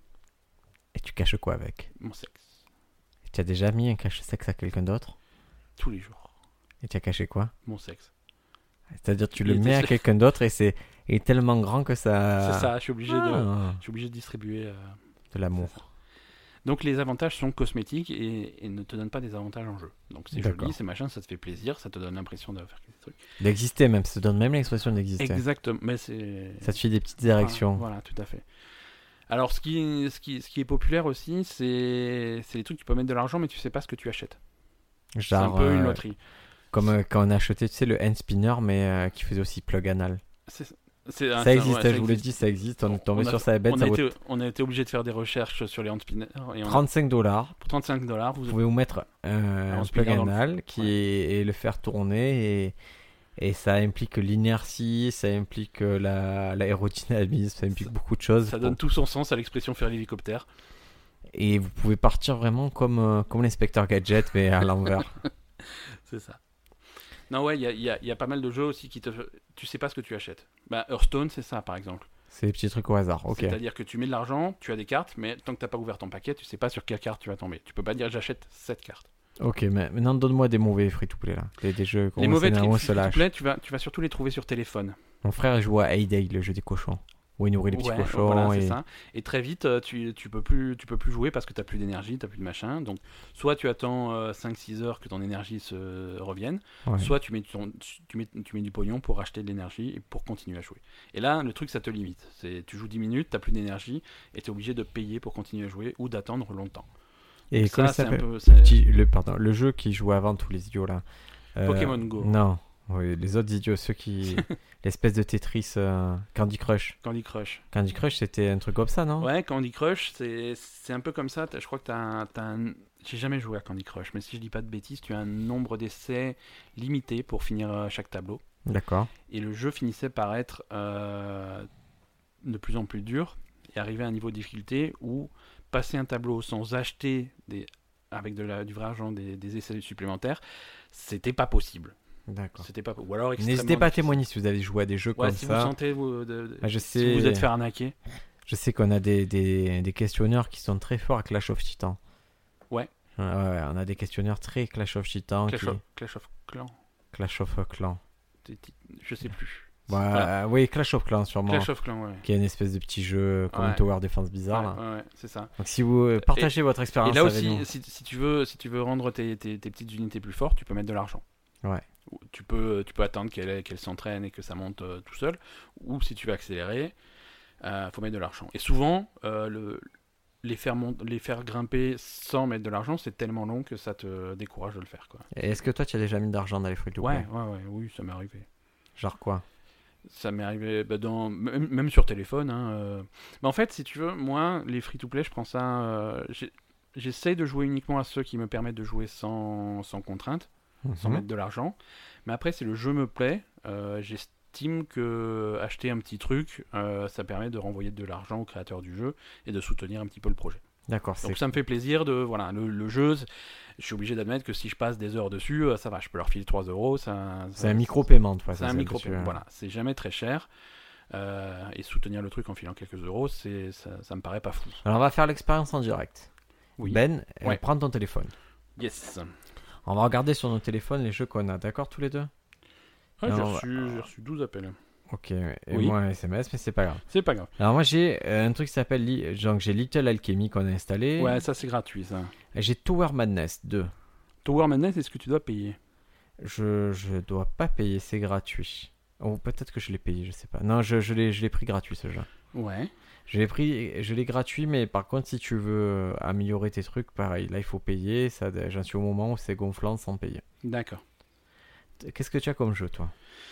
Et tu caches quoi avec? Mon sexe. Et tu as déjà mis un cache-sexe à quelqu'un d'autre? Tous les jours. Et tu as caché quoi? Mon sexe. C'est-à-dire tu Il le était mets à sur- quelqu'un d'autre et c'est il est tellement grand que ça... C'est ça, je suis obligé, de, Ah, je suis obligé de distribuer. euh, de l'amour. c'est ça. Donc les avantages sont cosmétiques et, et ne te donnent pas des avantages en jeu. Donc c'est D'accord. joli, c'est machin, ça te fait plaisir, ça te donne l'impression de faire des trucs. D'exister même, ça te donne même l'expression d'exister. Exactement, mais c'est... Ça te fait des petites érections. Voilà, voilà, tout à fait. Alors ce qui, ce qui, ce qui est populaire aussi, c'est c'est les trucs que tu peux mettre de l'argent mais tu sais pas ce que tu achètes. C'est un Genre, peu une euh, loterie. comme euh, quand on a acheté, tu sais, le hand spinner, mais euh, qui faisait aussi plug anal. C'est- c'est un- Ça c'est un- existe, ouais, ça je vous le existe. dis, ça existe. On est tombé On a- sur sa bête, on, ça a vaut été, on a été obligé de faire des recherches sur les hand spinners et on a- trente-cinq dollars. pour trente-cinq dollars, vous Vous pouvez vous mettre euh, Un un spinner plug dans le- anal qui Ouais. est- et le faire tourner et, et ça implique l'inertie, ça implique euh, la, l'aérodynamisme, ça implique Ça- beaucoup de choses. ça pour- donne tout son sens à l'expression faire l'hélicoptère. Et vous pouvez partir vraiment comme, euh, comme l'inspecteur Gadget, mais à l'envers. C'est ça. Non, ouais, il y a, il y a- il y a pas mal de jeux aussi qui te. Tu sais pas ce que tu achètes. Bah, Hearthstone, c'est ça par exemple. C'est des petits trucs au hasard, ok. C'est-à-dire que tu mets de l'argent, tu as des cartes, mais tant que t'as pas ouvert ton paquet, tu sais pas sur quelle carte tu vas tomber. Tu peux pas dire j'achète cette carte. Ok, mais maintenant donne-moi des mauvais free-to-play là. Des, des jeux qu'on Les mauvais on tri- se lâche. free-to-play, tu vas, tu vas surtout les trouver sur téléphone. Mon frère joue à Hay Day, le jeu des cochons. Où il nourrit les petits Ouais, cochons. voilà, c'est et... ça. Et très vite, euh, tu, tu peux plus, tu peux plus jouer parce que t'as plus d'énergie, t'as plus de machin. Donc, soit tu attends euh, cinq six heures que ton énergie se revienne, Ouais. soit tu mets, ton- tu, mets, tu mets du pognon pour acheter de l'énergie et pour continuer à jouer. Et là, le truc, ça te limite. C'est, tu joues dix minutes, t'as plus d'énergie et t'es obligé de payer pour continuer à jouer ou d'attendre longtemps. Et Donc comment ça, ça c'est un s'appelle peu- le, c'est- petit- le, pardon, le jeu qui jouait avant tous les idiots là. Euh, Pokémon Go. Non, oui, les autres idiots, ceux qui. L'espèce de Tetris, euh, Candy Crush. Candy Crush. Candy Crush, c'était un truc comme ça, non? Ouais, Candy Crush, c'est, c'est un peu comme ça. T'as- je crois que t'as un, t'as un- J'ai jamais joué à Candy Crush, mais si je dis pas de bêtises, tu as un nombre d'essais limité pour finir euh, chaque tableau. D'accord. Et le jeu finissait par être euh, de plus en plus dur et arriver à un niveau de difficulté où passer un tableau sans acheter des, avec de la, du vrai argent des, des essais supplémentaires, c'était pas possible. D'accord. C'était pas, ou alors N'hésitez extrêmement pas à difficile. témoigner si vous avez joué à des jeux Ouais, comme si ça. vous sentez vous, de- de- Ah, je si sais. vous êtes fait arnaquer. Je sais qu'on a des, des, des questionneurs qui sont très forts à Clash of Titans. Ouais. Ouais, ouais, on a des questionneurs très Clash of Titans. Clash qui... of, Clash of Clans. Clash of Clans. T'es- t'es- Je sais plus. Ouais, Voilà. euh, oui, Clash of Clans sûrement. Clash of Clans, ouais. Qui est une espèce de petit jeu comme Ouais. un Tower Defense bizarre. Ouais, là. ouais, ouais, c'est ça. Donc si vous euh, partagez votre Et expérience là avec aussi, nous. si, si tu veux, si tu veux rendre tes, tes- tes petites unités plus fortes, tu peux mettre de l'argent. Ouais. Ou Tu peux, tu peux attendre qu'elle qu'elle s'entraîne et que ça monte euh, tout seul. Ou si tu veux accélérer, il faut mettre de l'argent. Et souvent, euh, le, les, faire mont- les faire grimper sans mettre de l'argent, c'est tellement long que ça te décourage de le faire. Quoi. Et est-ce que toi tu as déjà mis de l'argent dans les free to play? Ouais, ouais, ouais, oui, ça m'est arrivé. Genre quoi? Ça m'est arrivé bah, dans, même, même sur téléphone. Hein, euh. Mais en fait, si tu veux, moi, les free-to-play, je prends ça. euh, j'ai- j'essaye de jouer uniquement à ceux qui me permettent de jouer sans, sans contrainte, sans Mhm. mettre de l'argent. Mais après, si le jeu me plaît, euh, j'estime que acheter un petit truc, euh, ça permet de renvoyer de l'argent au créateur du jeu et de soutenir un petit peu le projet. D'accord, c'est Donc ça me fait plaisir de... Voilà, le, le jeu, c'est- je suis obligé d'admettre que si je passe des heures dessus, euh, ça va, je peux leur filer trois euros. Ça, c'est ça- un micro-paiement, toi. C'est ça, un c'est micro dessus, hein. Voilà, c'est jamais très cher. Euh, et soutenir le truc en filant quelques euros, c'est, ça, ça me paraît pas fou. Alors, on va faire l'expérience en direct. Oui. Ben, euh, Ouais. prends ton téléphone. Yes. On va regarder sur nos téléphones les jeux qu'on a, d'accord, tous les deux? Ah, j'ai, Alors, reçu, j'ai reçu douze appels. Ok, et Oui. moi un S M S, mais c'est pas grave. C'est pas grave. Alors moi j'ai euh, un truc qui s'appelle Li- donc j'ai Little Alchemy qu'on a installé. Ouais, ça c'est gratuit ça. Et j'ai Tower Madness deux. Tower Madness, est-ce que tu dois payer? Je je dois pas payer, c'est gratuit. Ou peut-être que je l'ai payé, je sais pas. Non, je, je l'ai je l'ai pris gratuit ce jeu. Ouais. Je l'ai pris, je l'ai gratuit, mais par contre si tu veux améliorer tes trucs, pareil, là il faut payer. Ça, j'en suis au moment où c'est gonflant sans payer. D'accord. Qu'est-ce que tu as comme jeu toi?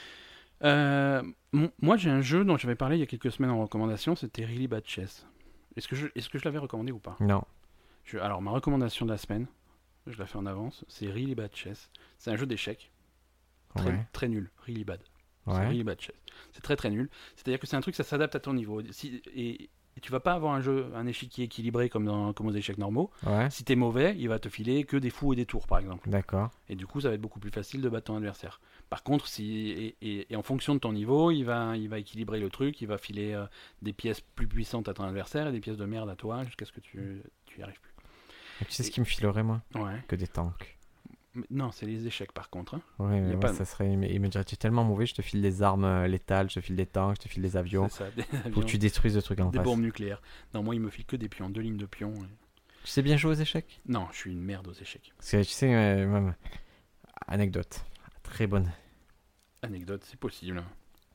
Euh, mon- moi j'ai un jeu dont j'avais parlé il y a quelques semaines en recommandation, c'était Really Bad Chess. Est-ce que je, est-ce que je l'avais recommandé ou pas? Non. Je- Alors ma recommandation de la semaine, je la fais en avance, c'est Really Bad Chess. C'est un jeu d'échecs. Très, Ouais. très nul. Really bad. C'est Ouais. really bad chess. C'est très très nul. C'est-à-dire que c'est un truc, ça s'adapte à ton niveau. Si, et, et tu vas pas avoir un jeu, un échiquier équilibré comme, dans, comme aux échecs normaux. Ouais. Si t'es mauvais, il va te filer que des fous et des tours, par exemple. D'accord. Et du coup, ça va être beaucoup plus facile de battre ton adversaire. Par contre, si et, et- et en fonction de ton niveau, il va, il va équilibrer le truc, il va filer euh, des pièces plus puissantes à ton adversaire et des pièces de merde à toi jusqu'à ce que tu, tu y arrives plus. Et tu sais ce qui me filerait moi? Ouais. Que des tanks. Mais non, c'est les échecs par contre. hein. Ouais, Y a mais pas- moi, ça serait. Il me dirait, tu es tellement mauvais, je te file des armes euh, létales, je te file des tanks, je te file des avions. C'est ça, des, Faut avions, que tu détruises le truc en des face. bombes nucléaires. Non, moi, il me file que des pions, deux lignes de pions. et- Tu sais bien jouer aux échecs? Non, je suis une merde aux échecs. Parce que tu sais, euh, même. Anecdote. Très bonne. Anecdote, c'est possible.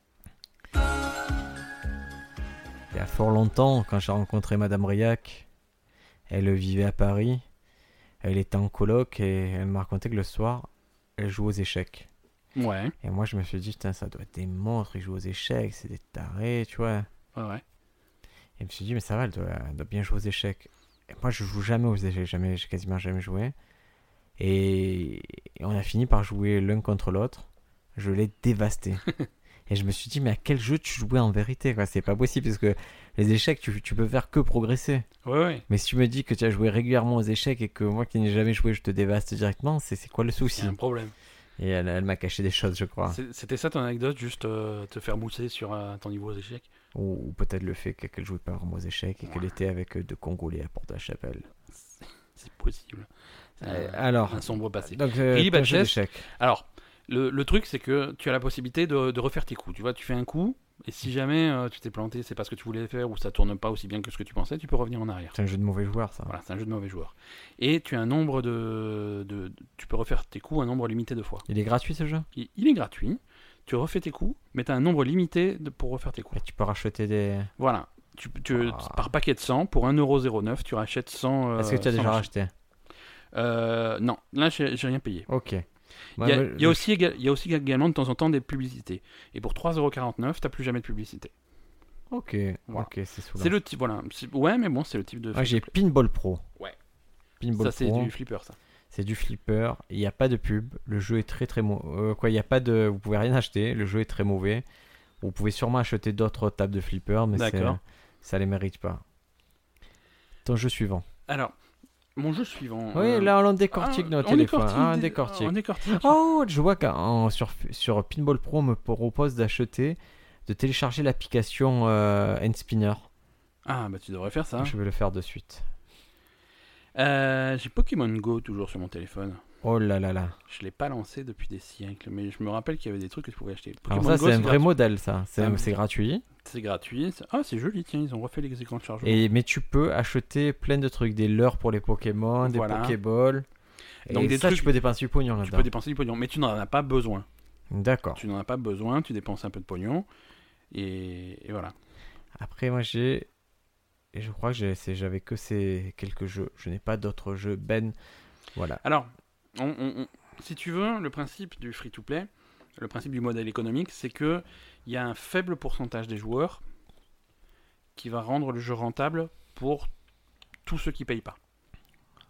Il y a fort longtemps, quand j'ai rencontré Madame Briac, elle vivait à Paris. Elle était en coloc et elle m'a raconté que le soir, elle joue aux échecs. Ouais, Et moi, je me suis dit, putain, ça doit être des monstres, ils jouent aux échecs, c'est des tarés, tu vois. ouais, ouais. Et je me suis dit, mais ça va, elle doit, elle doit bien jouer aux échecs. Et moi, je joue jamais aux échecs, jamais, j'ai quasiment jamais joué. Et, et on a fini par jouer l'un contre l'autre. Je l'ai dévasté. Et je me suis dit, mais à quel jeu tu jouais en vérité, quoi? C'est pas possible, parce que les échecs, tu, tu peux faire que progresser. Ouais, ouais. Mais si tu me dis que tu as joué régulièrement aux échecs et que moi qui n'ai jamais joué, je te dévaste directement, c'est, c'est quoi le souci? Il y a un problème. Et elle, elle m'a caché des choses, je crois. C'est- C'était ça ton anecdote, juste euh, te faire mousser sur euh, ton niveau aux échecs? Ou, ou peut-être le fait qu'elle jouait pas vraiment aux échecs et qu'elle Ouais. était avec euh, deux Congolais à Porte-la-Chapelle. C'est possible. C'est Euh, un, alors, un sombre passé. donc, euh, Really ton Bad jeu Chess. d'échecs. Alors, le, le truc, c'est que tu as la possibilité de, de refaire tes coups. Tu vois, tu fais un coup, et si jamais euh, tu t'es planté, c'est parce que tu voulais faire, ou ça tourne pas aussi bien que ce que tu pensais, tu peux revenir en arrière. C'est un jeu de mauvais joueur, ça. Voilà, c'est un jeu de mauvais joueur. Et tu as un nombre de, de, de- Tu peux refaire tes coups un nombre limité de fois. Il est gratuit ce jeu? Il, il est gratuit, tu refais tes coups, mais tu as un nombre limité de, pour refaire tes coups. Et tu peux racheter des. Voilà. Tu, tu- Ah. Par paquet de cent, pour un euro zéro neuf, tu rachètes cent. euh, Est-ce que tu as cent déjà machins. racheté? euh, Non, là, j'ai j'ai rien payé. Ok. Il y, a, il y a aussi, éga- il y a aussi également de temps en temps des publicités. Et pour trois euros quarante-neuf, t'as plus jamais de publicité. Ok, Voilà. ok, c'est souvent. C'est le type, voilà. c'est- Ouais, mais bon, c'est le type de. Moi j'ai Pinball Pro. Ouais. Pinball Ça, c'est Pro. du flipper, ça. C'est du flipper. Il n'y a pas de pub. Le jeu est très très mauvais. quoi, il y a pas de. Vous pouvez rien acheter. Le jeu est très mauvais. Vous pouvez sûrement acheter d'autres tables de flipper, mais c'est... D'accord. ça les mérite pas. Ton jeu suivant. Alors, mon jeu suivant. Oui, euh, là on décortique ah, nos on téléphones. décortique Ah, on des- décortique. On décortique. Oh, je vois qu'en sur, sur Pinball Pro, on me propose d'acheter, de télécharger l'application euh, N-Spinner. Ah, bah tu devrais faire ça. Je vais le faire de suite. Euh, J'ai Pokémon Go toujours sur mon téléphone. Oh là là là. Je l'ai pas lancé depuis des siècles, mais je me rappelle qu'il y avait des trucs que tu pouvais acheter. Alors Pokémon ça, Go, c'est un vrai gratuit. modèle, ça. C'est, Ah, c'est gratuit. C'est gratuit. c'est- Ah, c'est joli, tiens, ils ont refait les écrans de chargement. Et, mais tu peux acheter plein de trucs, des leurres pour les Pokémon, des Voilà. Pokéballs. Donc Et des ça, trucs- tu peux dépenser du pognon Tu là-dedans. peux dépenser du pognon, mais tu n'en as pas besoin. D'accord. Tu n'en as pas besoin, tu dépenses un peu de pognon. Et, et voilà. Après, moi, j'ai... Et je crois que j'ai... c'est- j'avais que ces quelques jeux. Je n'ai pas d'autres jeux. Ben, voilà. Alors, on- on- on- si tu veux, le principe du free-to-play, le principe du modèle économique, c'est que il y a un faible pourcentage des joueurs qui va rendre le jeu rentable pour tous ceux qui payent pas.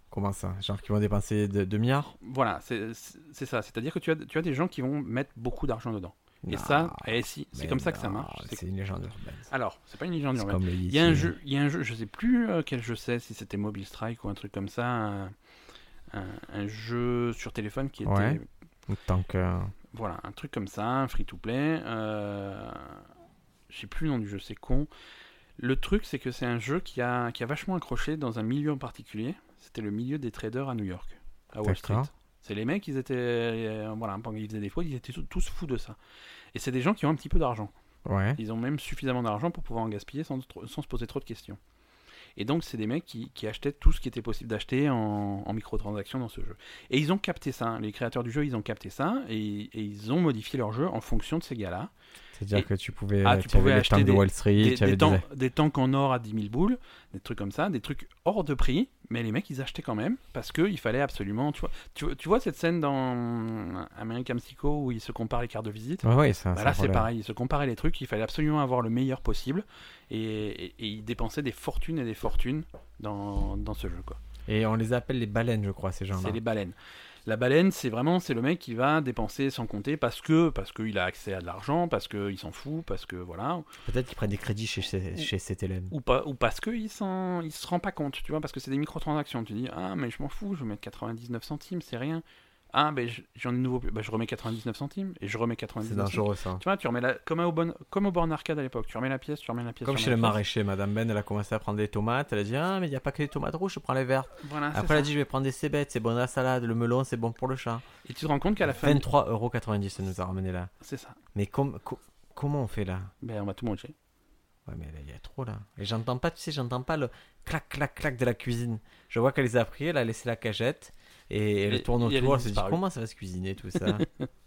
Comment ça? Genre qui vont dépenser de- deux milliards? Voilà, c'est c'est- c'est ça. C'est-à-dire que tu as, tu as des gens qui vont mettre beaucoup d'argent dedans. Et Non, ça, eh, si, c'est mais comme ça que ça non, marche. C'est- C'est une légende urbaine. ça. Alors, c'est pas une légende C'est urbaine. comme le Il y a un lithium. jeu, il y a un jeu, je sais plus euh, quel jeu c'est, si c'était Mobile Strike ou un truc comme ça, un, un- un jeu sur téléphone qui était, Ouais. Tant que. voilà, un truc comme ça, un free-to-play. Euh, je sais plus le nom du jeu, c'est con. Le truc, c'est que c'est un jeu qui a, qui a vachement accroché dans un milieu en particulier. C'était le milieu des traders à New York, à Wall Street. D'accord. C'est les mecs, ils étaient, euh, voilà, pendant qu'ils faisaient des fraudes, ils étaient tous- tous fous de ça. Et c'est des gens qui ont un petit peu d'argent. Ouais. Ils ont même suffisamment d'argent pour pouvoir en gaspiller sans, trop- sans se poser trop de questions. Et donc, c'est des mecs qui, qui achetaient tout ce qui était possible d'acheter en, en microtransactions dans ce jeu. Et ils ont capté ça. hein. Les créateurs du jeu, ils ont capté ça et, et ils ont modifié leur jeu en fonction de ces gars-là. C'est-à-dire Et- que tu pouvais. Ah, tu tu avais pouvais les acheter tanks de des- Wall Street, Des, tu avais des, des- tanks, des tanks en or à dix mille boules, des trucs comme ça, des trucs hors de prix, mais les mecs, ils achetaient quand même parce qu'il fallait absolument. Tu vois, tu, tu vois cette scène dans American Psycho où ils se comparent les cartes de visite. Ouais, ouais, ça. Bah ça là, c'est relève. pareil, ils se comparaient les trucs, il fallait absolument avoir le meilleur possible, et, et, et ils dépensaient des fortunes et des fortunes dans, dans ce jeu, quoi. Et on les appelle les baleines, je crois, ces gens-là. C'est les baleines. La baleine, c'est vraiment, c'est le mec qui va dépenser sans compter parce que, parce qu'il a accès à de l'argent, parce qu'il s'en fout, parce que voilà, Peut-être qu'ils prennent des crédits chez, chez, chez C T L M. ou pas, ou parce qu'il s'en, il se rend pas compte, tu vois, parce que c'est des microtransactions. Tu dis, ah mais je m'en fous, je vais mettre quatre-vingt-dix-neuf centimes, c'est rien. Ah ben j- j'en ai de nouveau, plus. Bah, je remets quatre-vingt-dix-neuf centimes et je remets C'est quatre-vingt-dix-neuf centimes. dangereux, ça. Tu vois, tu remets la, comme, au bon, comme au borne arcade à l'époque, tu remets la pièce, tu remets la pièce. Comme tu chez remets le la pièce. maraîcher, Madame Ben, elle a commencé à prendre des tomates. Elle a dit, ah, mais il n'y a pas que les tomates rouges, je prends les vertes. Voilà, Ah, c'est Après, elle a ça. dit, je vais prendre des cébettes, c'est bon à la salade. Le melon, c'est bon pour le chat. Et tu te rends compte qu'à la fin, vingt-trois euros quatre-vingt-dix, ça nous a ramené là. c'est ça. Mais com- co- comment on fait là? Ben on va tout manger. Ouais, mais là, il y a trop là. Et j'entends pas, tu sais, j'entends pas le clac, clac, clac de la cuisine. Je vois qu'elle les a pris, elle a laissé la cagette. Et elle Et- tourne et elle autour, est elle se dit, disparue. comment ça va se cuisiner tout ça?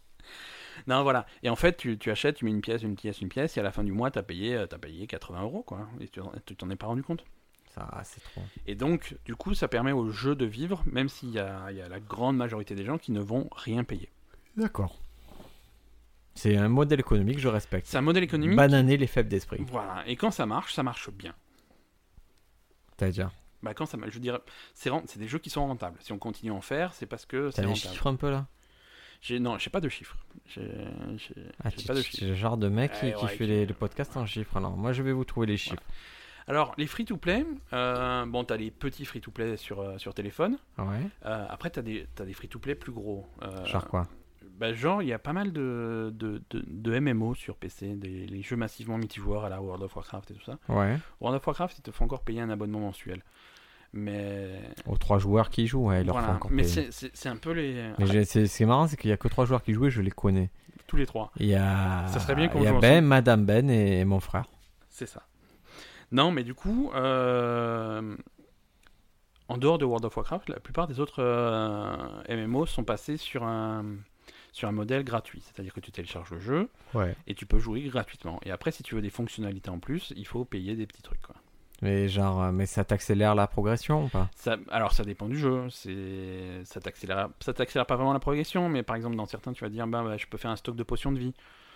Non, voilà. Et en fait, tu, tu achètes, tu mets une pièce, une pièce, une pièce, et à la fin du mois, t'as payé, euh, t'as payé quatre-vingts euros, quoi. Et tu t'en- tu t'en es pas rendu compte. Ça, c'est trop. Et donc, du coup, ça permet au jeu de vivre, même s'il y a, il y a la grande majorité des gens qui ne vont rien payer. D'accord. C'est un modèle économique, je respecte. C'est un modèle économique. Bananer les faibles d'esprit. Voilà. Et quand ça marche, ça marche bien. C'est-à-dire, Bah, quand ça marche, je dirais, c'est rent- c'est des jeux qui sont rentables. Si on continue à en faire, c'est parce que t'as c'est des rentable. chiffres un peu là? J'ai, non, j'ai pas de chiffres. J'ai, j'ai, Ah, j'ai tu, pas de tu- tu chiffres. es le genre de mec qui, Ouais, qui ouais, fait qui- les, les podcasts en chiffres. Alors, moi, je vais vous trouver les chiffres. Alors, les free-to-play, euh, bon, t'as les petits free-to-play sur, euh, sur téléphone. Ouais. Euh, après, t'as des, t'as des free-to-play plus gros. Euh, Genre quoi? bah, genre, il y a pas mal de, de, de, de M M O sur P C, des, les jeux massivement multijoueurs à la World of Warcraft et tout ça. Ouais. World of Warcraft, ils te font encore payer un abonnement mensuel. Mais. Aux trois joueurs qui y jouent, ouais, ils leur voilà. font encore Mais payer. c'est, c'est, c'est un peu les. Mais j'ai- c'est c'est marrant, c'est qu'il y a que trois joueurs qui jouent et je les connais. Tous les trois. Il y a, Ça serait bien qu'on il y a joue Ben, ensemble. Madame Ben et mon frère. C'est ça. Non, mais du coup, euh, en dehors de World of Warcraft, la plupart des autres euh, M M O sont passés sur un, sur un modèle gratuit. C'est-à-dire que tu télécharges le jeu Ouais. et tu peux jouer gratuitement. Et après, si tu veux des fonctionnalités en plus, il faut payer des petits trucs, quoi. Mais genre, euh, mais ça t'accélère la progression ou pas? Ça, alors, ça dépend du jeu. C'est, ça t'accélère, ça t'accélère pas vraiment la progression, mais par exemple, dans certains, tu vas dire, bah, bah, je peux faire un stock de potions de vie.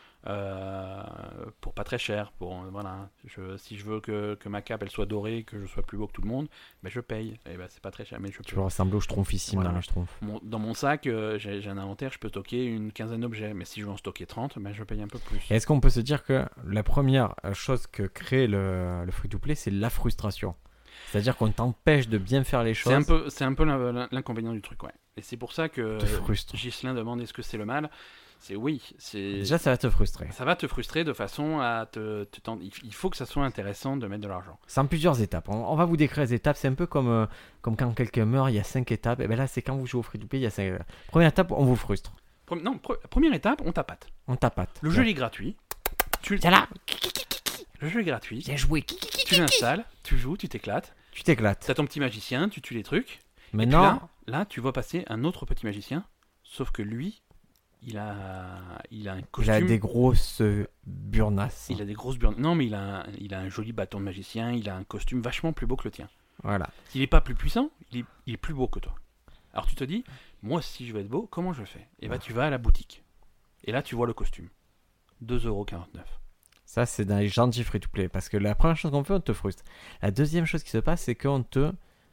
Euh, pour pas très cher, pour euh, voilà, je, si je veux que, que ma cape elle soit dorée, que je sois plus beau que tout le monde, ben je paye. Et ben c'est pas très cher, mais je Tu peux. veux ressembler au schtroumpfissime Voilà. dans les schtroumpfs. Mon- dans mon sac, euh, j'ai, j'ai un inventaire, je peux stocker une quinzaine d'objets, mais si je veux en stocker trente, ben je paye un peu plus. Et est-ce qu'on peut se dire que la première euh, chose que crée le, le free-to-play, c'est la frustration? C'est-à-dire qu'on t'empêche de bien faire les choses. C'est un peu, c'est un peu l'in- l'in- l'inconvénient du truc, ouais. Et c'est pour ça que te frustre. Ghislain demande est-ce que c'est le mal. C'est oui, c'est. Déjà, ça va te frustrer. Ça va te frustrer de façon à te, te tendre- Il faut que ça soit intéressant de mettre de l'argent. C'est en plusieurs étapes. On, on va vous décrire les étapes. C'est un peu comme, euh, comme quand quelqu'un meurt, il y a cinq étapes. Et bien là, c'est quand vous jouez au free-to-play, il y a cinq étapes. Première étape, on vous frustre. Pre- non, pre- première étape, on tapate. On tapate. Le jeu il est gratuit. Tu... Tiens là, Le jeu est gratuit. viens jouer. Tu l'installes, tu joues, tu t'éclates. Tu t'éclates. T'as ton petit magicien, tu tues les trucs. Et puis Maintenant, là, là, tu vois passer un autre petit magicien. Sauf que lui, il a, il a un il costume. a des grosses euh, burnasses. Il a des grosses burnes. Non, mais il a, un, il a un joli bâton de magicien. Il a un costume vachement plus beau que le tien. Voilà. S'il n'est pas plus puissant, il est, il est plus beau que toi. Alors tu te dis, moi si je veux être beau, comment je fais? Et bah tu vas à la boutique. Et là tu vois le costume. deux euros quarante-neuf. Ça, c'est dans les gentils free-to-play. Parce que la première chose qu'on fait, on te frustre. La deuxième chose qui se passe, c'est qu'on te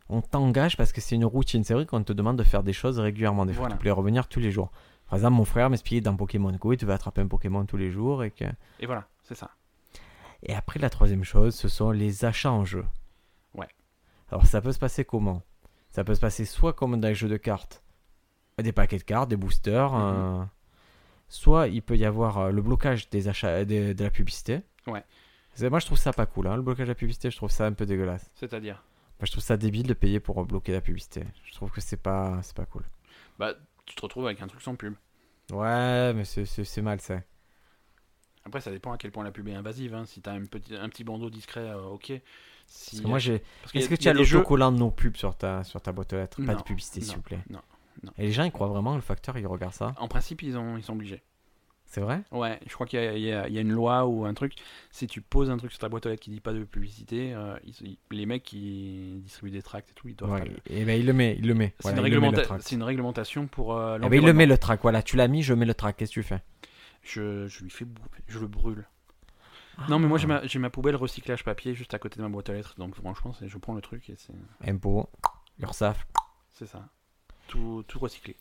on t'engage parce que c'est une routine. C'est vrai qu'on te demande de faire des choses régulièrement, des Voilà. free-to-play, revenir tous les jours. Par exemple, mon frère m'expliquait dans Pokémon Go, il devait attraper un Pokémon tous les jours. Et, que... Et voilà, c'est ça. et après, la troisième chose, ce sont les achats en jeu. Ouais. Alors, ça peut se passer comment? Ça peut se passer soit comme dans les jeux de cartes, des paquets de cartes, des boosters, Mhm. euh, soit il peut y avoir euh, le blocage des achats, de, de la publicité. Ouais. C'est- Moi, je trouve ça pas cool. Hein, le blocage de la publicité, je trouve ça un peu dégueulasse. C'est-à-dire, Moi, je trouve ça débile de payer pour bloquer la publicité. Je trouve que c'est pas, c'est pas cool. bah, tu te retrouves avec un truc sans pub. Ouais, mais c'est, c'est, c'est malsain. Après, ça dépend à quel point la pub est invasive. Hein. Si t'as un petit, un petit bandeau discret, euh, ok. Si, Parce que moi, j'ai... parce qu'il y Est-ce a- que il y tu a as des jeux- l'autocollant de nos pubs sur ta, sur ta boîte aux lettres? Pas de Non, publicité, s'il non, vous plaît. Non. Et les gens, ils croient vraiment, le facteur, ils regardent ça. En principe, ils, ont, ils sont obligés. C'est vrai? Ouais, je crois qu'il y a, il y a- il y a une loi ou un truc. Si tu poses un truc sur ta boîte aux lettres qui dit pas de publicité, euh, ils- ils- les mecs qui distribuent des tracts et tout, ils doivent pas Ouais. le- Et ben, il le met, il le met. C'est Voilà, une, il le met, le réglementa- track. c'est une réglementation pour euh, Eh ben, il le l'environnement. met le track. Voilà, tu l'as mis, je mets le track. Qu'est-ce que tu fais? Je, je lui fais bouffer, je le brûle. Non, mais moi j'ai ma, j'ai ma poubelle recyclage papier juste à côté de ma boîte aux lettres, donc franchement, c'est- je prends le truc et c'est, Impôt, URSAF. c'est ça. Tout, tout recyclé.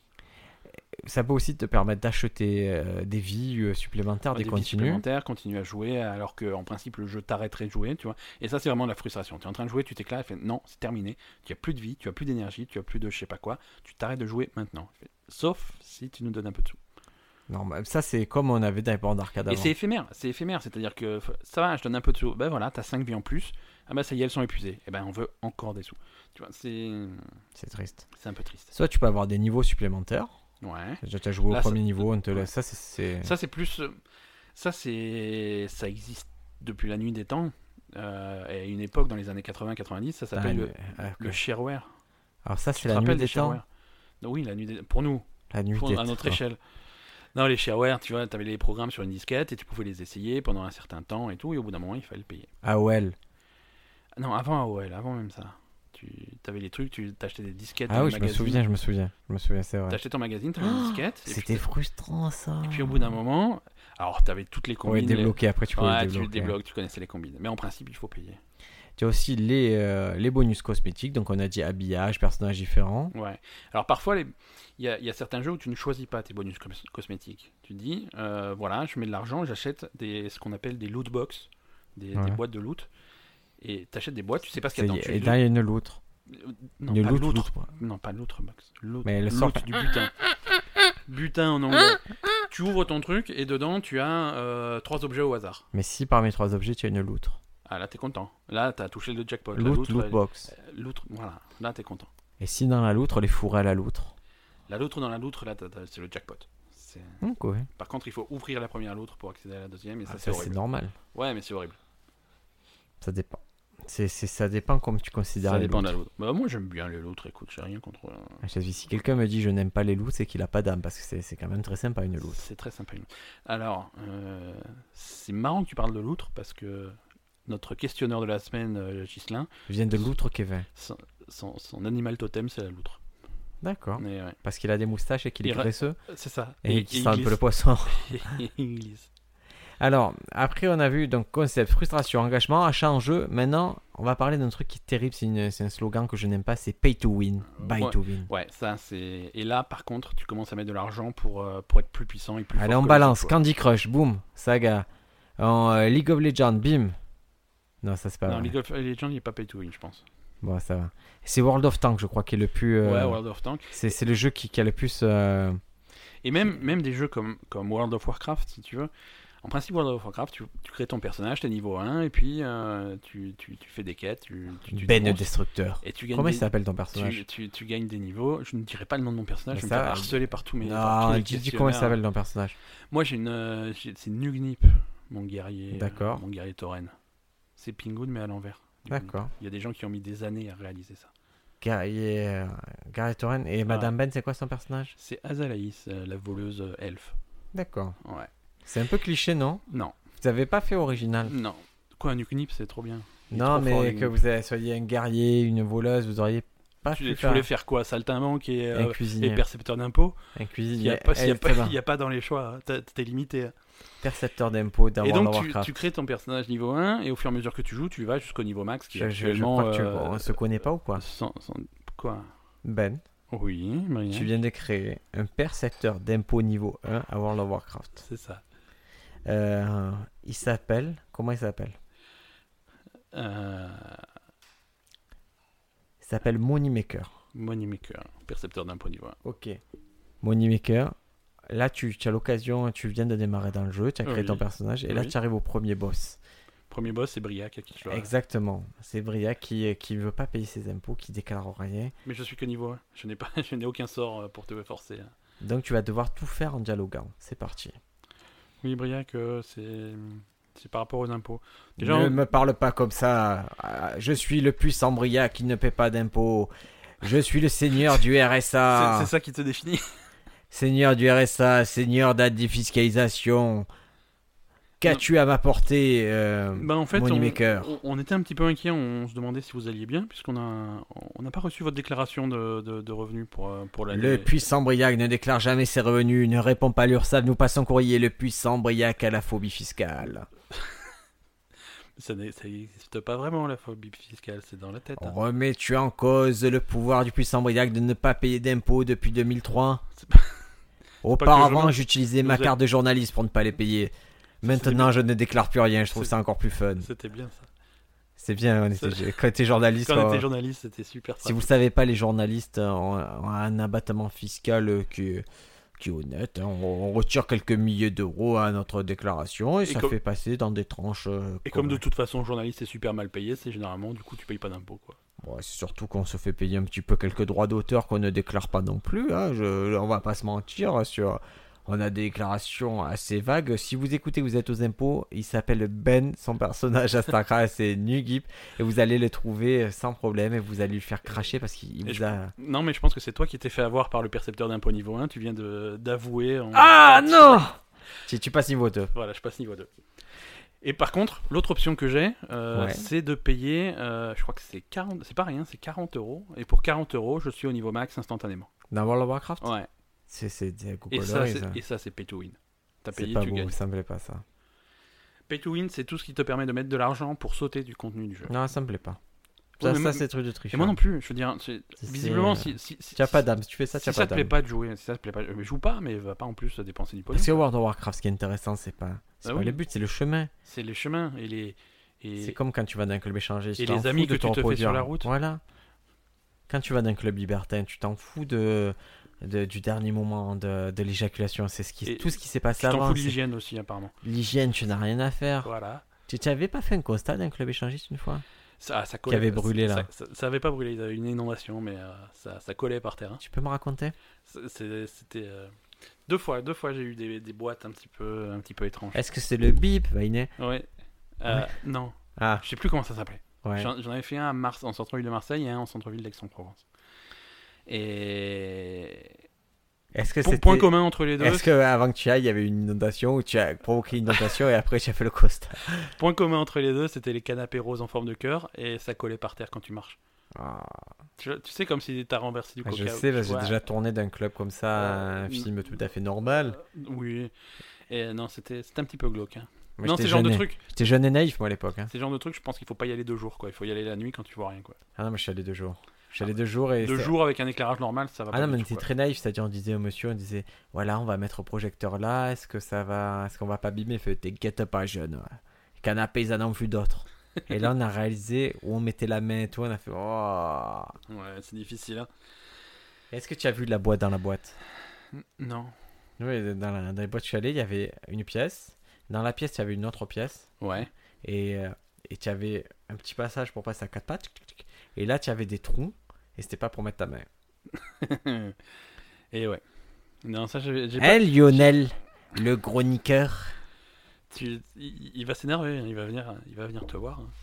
Ça peut aussi te permettre d'acheter euh, des vies euh, supplémentaires, des, vies continues. supplémentaires, continuer à jouer, alors qu'en principe le jeu t'arrêterait de jouer, tu vois. Et ça, c'est vraiment de la frustration. Tu es en train de jouer, tu t'éclates, et fait non, c'est terminé. Tu as plus de vie, tu as plus d'énergie, tu as plus de je sais pas quoi. Tu t'arrêtes de jouer maintenant. Fait, sauf si tu nous donnes un peu de sous. Non, mais ça, c'est comme on avait dans les bornes d'arcade Et avant. c'est éphémère, c'est éphémère, c'est-à-dire que f- ça va, je donne un peu de sous, ben voilà, t'as cinq vies en plus, ah ben ça y est, elles sont épuisées, et ben on veut encore des sous. Tu vois, c'est, C'est triste. c'est un peu triste. Soit tu peux avoir des niveaux supplémentaires. Ouais. Déjà, tu as joué au Là, premier ça- niveau, on te ouais. laisse. Ça, c'est. c'est- Ça c'est plus, euh, ça c'est, ça existe depuis la nuit des temps, euh, et à une époque dans les années quatre-vingts quatre-vingt-dix, ça Ah, s'appelle le, mais- ah, ok. le shareware. Alors, ça, Tu c'est te la nuit rappelles des des temps. shareware? Oui, la nuit des... pour nous, La nuit pour- des à notre temps. échelle. Non, les shareware, tu vois, t'avais les programmes sur une disquette et tu pouvais les essayer pendant un certain temps et tout, et au bout d'un moment, il fallait le payer. A O L. Non, avant A O L, avant même ça. Tu avais les trucs, tu t'achetais des disquettes. Ah dans oui, le je me magazine. souviens, je me souviens. Je me souviens, c'est vrai. T'achetais ton magazine, t'avais une disquette. et puis C'était t'as- frustrant, ça. Et puis au bout d'un moment, alors t'avais toutes les Ouais, combines. débloquer, après tu les... peux Ouais, les tu débloquer. débloques, tu connaissais les combines. Mais en principe, il faut payer. Tu as aussi les, euh, les bonus cosmétiques, donc on a dit habillage, personnages différents. Ouais. Alors parfois, les- il y, a, il y a certains jeux où tu ne choisis pas tes bonus cos- cosmétiques. Tu dis, euh, voilà, je mets de l'argent, j'achète des, ce qu'on appelle des loot box, des, Ouais. des boîtes de loot. Et t'achètes des boîtes, tu sais pas ce qu'il Ça y y a est, dedans. et Tu- là, il y a une loutre. Euh, Non, Une pas loutre, l'outre. loutre. Non, pas l'outre box. L'autre- Mais le l'autre, sort- c'est du butin. Butin en anglais. Tu ouvres ton truc et dedans tu as euh, trois objets au hasard. Mais si parmi les trois objets, tu as une loutre. Ah là t'es content. Là t'as touché le jackpot. La Loot, loutre, loot elle- box. euh, loutre, voilà. Là t'es content. Et si dans la loutre, les fourrés à la loutre. La loutre dans la loutre, là t'as- t'as- c'est le jackpot. C'est- Donc, ouais. Par contre il faut ouvrir la première loutre pour accéder à la deuxième et ça Ah, c'est ça, c'est horrible. normal. Ouais mais c'est horrible. Ça dépend. C'est, c'est, ça dépend comme tu considères Ça les dépend de loutres. la loutre. Bah, moi j'aime bien les loutres, écoute, j'ai rien contre. euh, Ah, je te dis, si quelqu'un me dit je n'aime pas les loutres, c'est qu'il a pas d'âme, parce que c'est, c'est quand même très sympa une loutre. C'est très sympa. une- Alors, euh, c'est marrant que tu parles de loutre parce que notre questionneur de la semaine, euh, Ghislain, Je viens de loutre Kevin. son, son- son animal totem c'est la loutre. D'accord. Mais ouais, Parce qu'il a des moustaches et qu'il est Il ra- graisseux c'est ça. et, qu'il il sent un peu glisse. le poisson. Il glisse. Alors, après, on a vu donc concept, frustration, engagement, achat en jeu. Maintenant, on va parler d'un truc qui est terrible. C'est, une- c'est un slogan que je n'aime pas. C'est pay to win, buy Ouais. to win. Ouais, ça c'est. Et là, par contre, tu commences à mettre de l'argent pour, euh, pour être plus puissant et plus Allez, fort on que balance. les autres, Candy Crush, boom, saga. En euh, League of Legends, bim. Non, ça c'est pas quoi. Non, vrai. League of Legends, il n'est pas pay to win, je pense. Bon, ça va. C'est World of Tanks, je crois, qui est le plus. euh, Ouais, World of Tanks. c'est, c'est le jeu qui, qui a le plus. euh, Et même, même des jeux comme, comme World of Warcraft, si tu veux. En principe, World of Warcraft, tu, tu crées ton personnage, t'es niveau un, et puis euh, tu, tu, tu fais des quêtes, tu, tu, tu Ben démontres, destructeur. et tu gagnes Comment des, il s'appelle ton personnage tu, tu, tu gagnes des niveaux. Je ne dirai pas le nom de mon personnage, Mais je vais ça, me faire harceler par tous mes. par tous Non, les dis, dis comment il questionnaires. s'appelle ton personnage. Moi, j'ai une, euh, j'ai- c'est Nugnip, mon guerrier. D'accord. euh, Mon guerrier tauren. C'est Pingoon, mais à l'envers. D'accord. Il y a des gens qui ont mis des années à réaliser ça. Guerrier, euh, Gareth Torren. Et Madame Ben, c'est quoi son personnage? C'est Azalaïs, euh, la voleuse euh, elfe. D'accord. Ouais. C'est un peu cliché, non? Non, Vous avez pas fait original? non. Quoi, un Nugnip, c'est trop bien. Il est Non, trop fort, mais le que Nugnip. vous avez- soyez un guerrier, une voleuse, vous auriez pas Tu, pu tu faire voulais faire quoi? Saltimbanque et, un euh, cuisinier. et percepteur d'impôts? Un Il cuisinier. n'y a, pas- s'il y a Eh, pas- très bien. il y a pas dans les choix. hein. T'as- T'es limité. Percepteur d'impôts dans Et World donc of tu, Warcraft. tu crées ton personnage niveau un et au fur et à mesure que tu joues, tu vas jusqu'au niveau max qui est Je, je, je actuellement... crois que tu, euh, on se connaît pas ou quoi sans- sans- Quoi Ben, Oui, Brian, tu viens de créer un percepteur d'impôts niveau un à World of Warcraft. c'est ça. Euh, il s'appelle... Comment il s'appelle Euh, Il s'appelle Moneymaker. Moneymaker, percepteur d'impôt niveau un. Ok. Moneymaker. Là, tu, tu as l'occasion, tu viens de démarrer dans le jeu, tu as créé Oui. ton personnage, et là, Oui. tu arrives au premier boss. Premier boss, c'est Briac à qui je dois... Exactement. C'est Bria qui qui veut pas payer ses impôts, qui déclare rien. Mais je suis que niveau un. Je n'ai pas, je n'ai aucun sort euh, pour te forcer. hein. Donc, tu vas devoir tout faire en dialoguant. C'est parti. Oui, Briac, euh, c'est... c'est par rapport aux impôts. Déjà, ne on- me parle pas comme ça. Ah, Je suis le puissant Bria qui ne paie pas d'impôts. Je suis le seigneur du R S c'est, A. c'est ça qui te définit. Seigneur du R S A, seigneur de la défiscalisation. Qu'as-tu à m'apporter, euh, Bah en fait, on, Moneymaker on- on était un petit peu inquiets, on se demandait si vous alliez bien, puisqu'on a, on n'a pas reçu votre déclaration de, de, de revenus pour, euh, pour l'année. Le puissant Briac ne déclare jamais ses revenus, ne répond pas à l'URSSAF, nous passons courrier. Le puissant Briac a la phobie fiscale. Ça n'est- ça n'existe pas vraiment, la phobie fiscale, c'est dans la tête. hein. Remets-tu en cause le pouvoir du puissant Briac de ne pas payer d'impôts depuis deux mille trois C'est pas- Auparavant, que je- j'utilisais Vous ma êtes- carte de journaliste pour ne pas les payer. Maintenant, je ne déclare plus rien, je trouve C'est- ça encore plus fun. C'était bien ça. C'est bien, on Ça- était, quand t'es journaliste. Quand on on- était journaliste, c'était super Si vous pratique. savez pas, les journalistes ont, ont un abattement fiscal euh, qui, est- qui est honnête. hein. On, on retire quelques milliers d'euros à notre déclaration et, Et ça comme- fait passer dans des tranches. euh, Et comme de correctes. toute façon, journaliste est super mal payé, c'est généralement, du coup, tu payes pas d'impôts, quoi. Bon, c'est surtout qu'on se fait payer un petit peu quelques droits d'auteur qu'on ne déclare pas non plus. Hein. Je, on va pas se mentir. Sur, on a des déclarations assez vagues. Si vous écoutez, vous êtes aux impôts. Il s'appelle Ben, son personnage à StarCraft, c'est Nugip. Et vous allez le trouver sans problème et vous allez lui faire cracher parce qu'il Et vous je- a. Non, mais je pense que c'est toi qui t'es fait avoir par le percepteur d'impôt niveau un, tu viens de, d'avouer. En... Ah non tu, tu passes niveau deux. Voilà, je passe niveau deux. Et par contre, l'autre option que j'ai, euh, Ouais. c'est de payer, euh, je crois que c'est quarante, c'est pas rien, c'est quarante euros. Et pour quarante euros, je suis au niveau max instantanément. Dans World of Warcraft Ouais. C'est, c'est des Et Google ça, Eyes, c'est, hein. et ça, c'est pay to win. T'as C'est payé, pas tu beau, gagnes. ça me plaît pas ça. Pay to win, c'est tout ce qui te permet de mettre de l'argent pour sauter du contenu du jeu. Non, ça me plaît pas. Ouais, Ça, mais ça moi- c'est truc de triche. Et moi non plus, je veux dire, c'est- C'est- visiblement, c'est, si, euh, si, si, Tu as si- pas d'âme, si tu fais ça, tu si as ça pas te plaît d'âme. pas de jouer, si ça te plaît pas, mais joue pas, mais va pas en plus dépenser du pognon. Parce que World of Warcraft, ce qui est intéressant, c'est pas, c'est Ah pas oui. le but, c'est le chemin. C'est les chemins et les. Et... C'est comme quand tu vas d'un club échangé. tu et t'en les amis fous de que tu ton te fais reproduire. sur la route. Voilà. Quand tu vas d'un club libertin, tu t'en fous de, de- du dernier moment de, de l'éjaculation. C'est ce qui, Et tout ce qui s'est Tu passé t'en avant. fous de c'est- l'hygiène aussi, apparemment. L'hygiène, tu n'as rien à faire. Voilà. Tu n'avais pas fait un constat d'un club échangiste une fois Ça, ça collait, avait brûlé, là. Ça, ça, ça avait pas brûlé, il y avait une inondation, mais euh, ça, ça collait par terre. hein. Tu peux me raconter C'est- c'est- C'était. euh, Deux fois, deux fois j'ai eu des, des boîtes un petit peu, un petit peu étranges. Est-ce que c'est le bip, Vainé Ouais. Euh, Ouais. Non, Ah, je sais plus comment ça s'appelait. ouais. J'en j'en avais fait un à Mars, en centre-ville de Marseille et un en centre-ville d'Aix-en-Provence. Et. Est-ce que Po- c'était... Point commun entre les deux. Est-ce que avant que tu ailles, il y avait une inondation ou tu as provoqué une inondation et après tu as fait le constat Point commun entre les deux, c'était les canapés roses en forme de cœur et ça collait par terre quand tu marches. Ah, Tu, tu sais, comme si t'as renversé du Je coca. sais, parce que j'ai Ouais. déjà tourné d'un club comme ça, un Euh, film tout à fait normal. Euh, Oui. Et non, c'était c'était un petit peu glauque. hein. Moi, non, j'étais c'est le genre de jeune et- truc. J'étais jeune et naïf, moi, à l'époque. hein. C'est le genre de truc, je pense qu'il faut pas y aller deux jours, quoi. Il faut y aller la nuit quand tu vois rien, quoi. Ah non, moi, je suis allé deux jours. Je suis allé deux jours et... Deux c'est- jours avec un éclairage normal, ça va Ah pas non, du mais on tout, était quoi. très naïf, c'est-à-dire on disait au monsieur, on disait, voilà, on va mettre le projecteur là, est-ce que ça va, est-ce qu'on va pas abîmer? Il fait, t'inquiète pas, jeune. Ouais. Canapé, ils en ont vu d'autres. Et là, on a réalisé où on mettait la main et tout, on a fait, oh. Ouais, c'est difficile, hein. Est-ce que tu as vu de la boîte dans la boîte? N- Non. Oui, dans, la, dans les boîtes que je suis allé, il y avait une pièce. Dans la pièce, il y avait une autre pièce. Ouais. Et, euh, et tu avais un petit passage pour passer à quatre pattes. Et là, tu avais des trous. Et c'était pas pour mettre ta main. Et ouais. Non, ça, j'ai j'ai Hein, Lionel, le gros niqueur. pas... tu- Il, il va s'énerver, hein. il va venir, il va venir te voir. hein.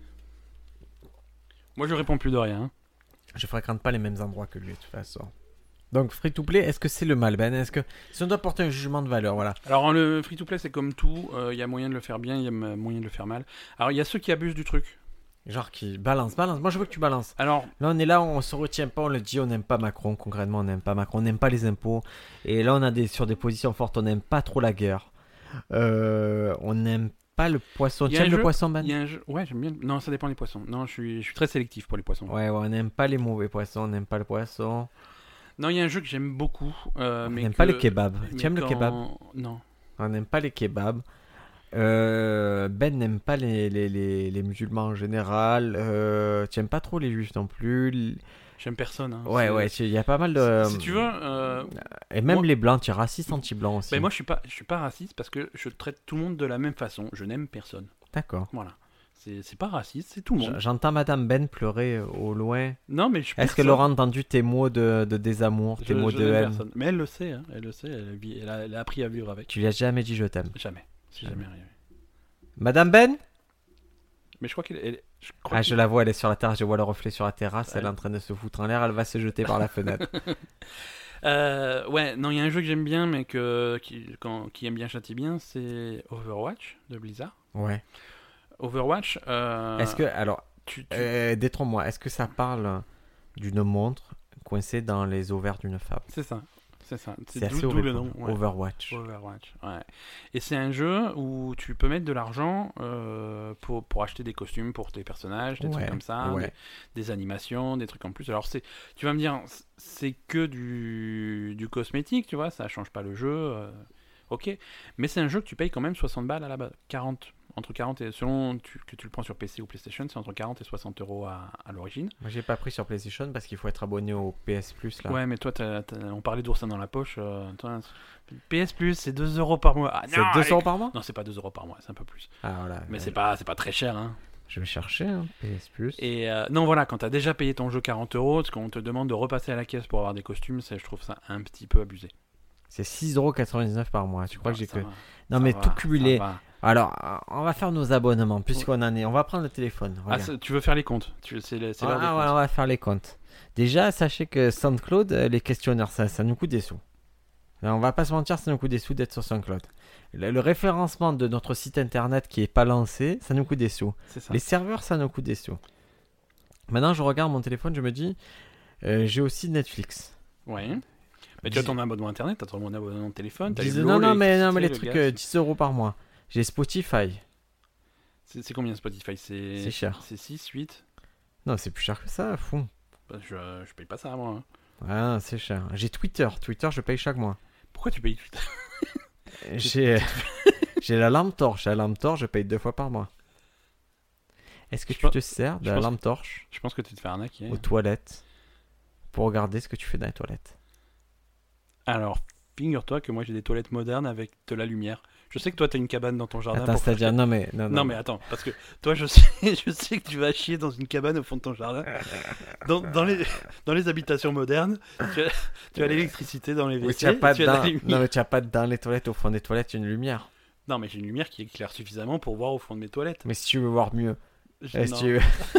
Moi, je réponds plus de rien. hein. Je fréquente pas les mêmes endroits que lui, de toute façon. Donc, free to play, est-ce que c'est le mal, Ben? Est-ce que si on doit porter un jugement de valeur, voilà. Alors, le free-to-play, c'est comme tout. Il y a moyen de le faire bien, il y a m- moyen de le faire mal. Alors, il y a ceux qui abusent du truc. Genre qui balance, balance. Moi, je veux que tu balances. Alors, Là, on est là, on se retient pas, on le dit, on n'aime pas Macron. Concrètement, on n'aime pas Macron, on n'aime pas les impôts. Et là, on a des sur des positions fortes, on n'aime pas trop la guerre. Euh, on n'aime pas le poisson. Il y Tu a un aimes le jeu- poisson, Ben? Il y a un jeu... Ouais, j'aime bien. Non, ça dépend des poissons. Non, je suis, je suis très sélectif pour les poissons. Ouais, ouais, on n'aime pas les mauvais poissons, on n'aime pas le poisson. Non, il y a un jeu que j'aime beaucoup. Euh, On mais n'aime que- pas les kebabs. mais Tu aimes le quand- kebab? Non. On n'aime pas les kebabs. Euh, Ben n'aime pas les, les, les, les musulmans en général. Euh, tu aimes pas trop les juifs non plus. L- J'aime personne. hein. Ouais, C'est- ouais, tu- il y a pas mal de. Si tu veux, euh, Et même moi- les blancs, tu es raciste anti-blanc aussi. ben moi je suis pas, je suis pas raciste parce que je traite tout le monde de la même façon. Je n'aime personne. D'accord. Voilà. C'est c'est pas raciste, c'est tout le monde. J- J'entends Madame Ben pleurer euh, au loin. Non, mais je suis Est-ce qu'elle personne. aura entendu tes mots de, de désamour, tes Je- mots je de n'aime haine? personne. Mais elle le sait, hein, elle le sait. Elle, vit- elle a, elle a appris à vivre avec. Tu lui as jamais dit je t'aime. Jamais. C'est jamais arrivé. Madame Ben? Mais je crois qu'elle. elle- Je crois Ah, qu'il- je la vois, elle est sur la terrasse, je vois le reflet sur la terrasse, elle est Ouais. en train de se foutre en l'air, elle va se jeter par la fenêtre. Euh, ouais, non, il y a un jeu que j'aime bien, mais que, qui, quand, qui aime bien châtie bien, c'est Overwatch de Blizzard. Ouais. Overwatch. euh, Est-ce que, alors, tu, tu- euh, détrompe-moi, est-ce que ça parle d'une montre coincée dans les ovaires d'une femme? C'est ça. C'est ça. C'est C'est assez d'où d'où horrible. le nom. ouais. Overwatch. Overwatch, ouais. Et c'est un jeu où tu peux mettre de l'argent euh, pour, pour acheter des costumes pour tes personnages, des Ouais, trucs comme ça, ouais. des, des animations, des trucs en plus. Alors c'est, tu vas me dire, c'est que du, du cosmétique, tu vois, ça change pas le jeu, euh, ok. Mais c'est un jeu que tu payes quand même soixante balles à la base, quarante, entre quarante et, selon tu- que tu le prends sur P C ou PlayStation, c'est entre quarante et soixante euros à, à l'origine. Moi, j'ai pas pris sur PlayStation parce qu'il faut être abonné au P S Plus là. Ouais, mais toi, t'as- t'as- on parlait d'oursin dans la poche, euh, toi, P S Plus, c'est deux euros par mois. Ah, C'est non, deux allez, euros par mois? Non, c'est pas deux euros par mois, c'est un peu plus. Ah voilà. Mais Euh, c'est pas, c'est pas très cher. Hein. Je vais chercher hein, P S Plus. Et euh, non, voilà, quand t'as déjà payé ton jeu quarante euros, parce qu'on te demande de repasser à la caisse pour avoir des costumes, c'est, je trouve ça un petit peu abusé. C'est six euros quatre-vingt-dix-neuf par mois. Tu crois que j'ai Ça que. va, Non ça mais va, tout ça cumulé. va. Alors, euh, on va faire nos abonnements puisqu'on en est. On va prendre le téléphone. Ah, Regarde. c'est- tu veux faire les comptes tu, C'est, le- c'est l'heure des Ah, ouais, comptes. on va faire les comptes. Déjà, sachez que SoundCloud, euh, les questionnaires, ça, ça nous coûte des sous. Là, on va pas se mentir, ça nous coûte des sous d'être sur SoundCloud. Le, le référencement de notre site internet qui est pas lancé, ça nous coûte des sous. C'est ça. Les serveurs, ça nous coûte des sous. Maintenant, je regarde mon téléphone, je me dis, euh, j'ai aussi Netflix. Ouais. Mais tu as ton abonnement internet, t'as ton abonnement de téléphone, t'as dix- les non, non, mais, non, mais les l'électricité, trucs, le euh, gaz. dix euros par mois. J'ai Spotify. C'est, c'est combien Spotify c'est, C'est cher. C'est six, huit Non, c'est plus cher que ça, fou. Bah, je, je paye pas ça, moi. hein. Ah, c'est cher. J'ai Twitter. Twitter, je paye chaque mois. Pourquoi tu payes Twitter J'ai j'ai la lampe torche. La lampe torche, je paye deux fois par mois. Est-ce que Je tu pense- te sers de je la pense- lampe torche Je pense que tu te fais arnaquer. aux toilettes pour regarder ce que tu fais dans les toilettes? Alors, figure-toi que moi j'ai des toilettes modernes avec de la lumière. Je sais que toi t'as une cabane dans ton jardin. Attends, pour faire c'est-à-dire, non mais non, non, Non mais attends, parce que toi je sais, je sais que tu vas chier dans une cabane au fond de ton jardin. Dans, dans, les, dans les habitations modernes, tu as, tu as l'électricité dans les Oui, W tu as C, pas tu as la dans... lumière. non mais tu as pas dans les toilettes, au fond des toilettes une lumière. Non mais j'ai une lumière qui éclaire suffisamment pour voir au fond de mes toilettes. Mais si tu veux voir mieux, Je- est-ce non. que tu veux...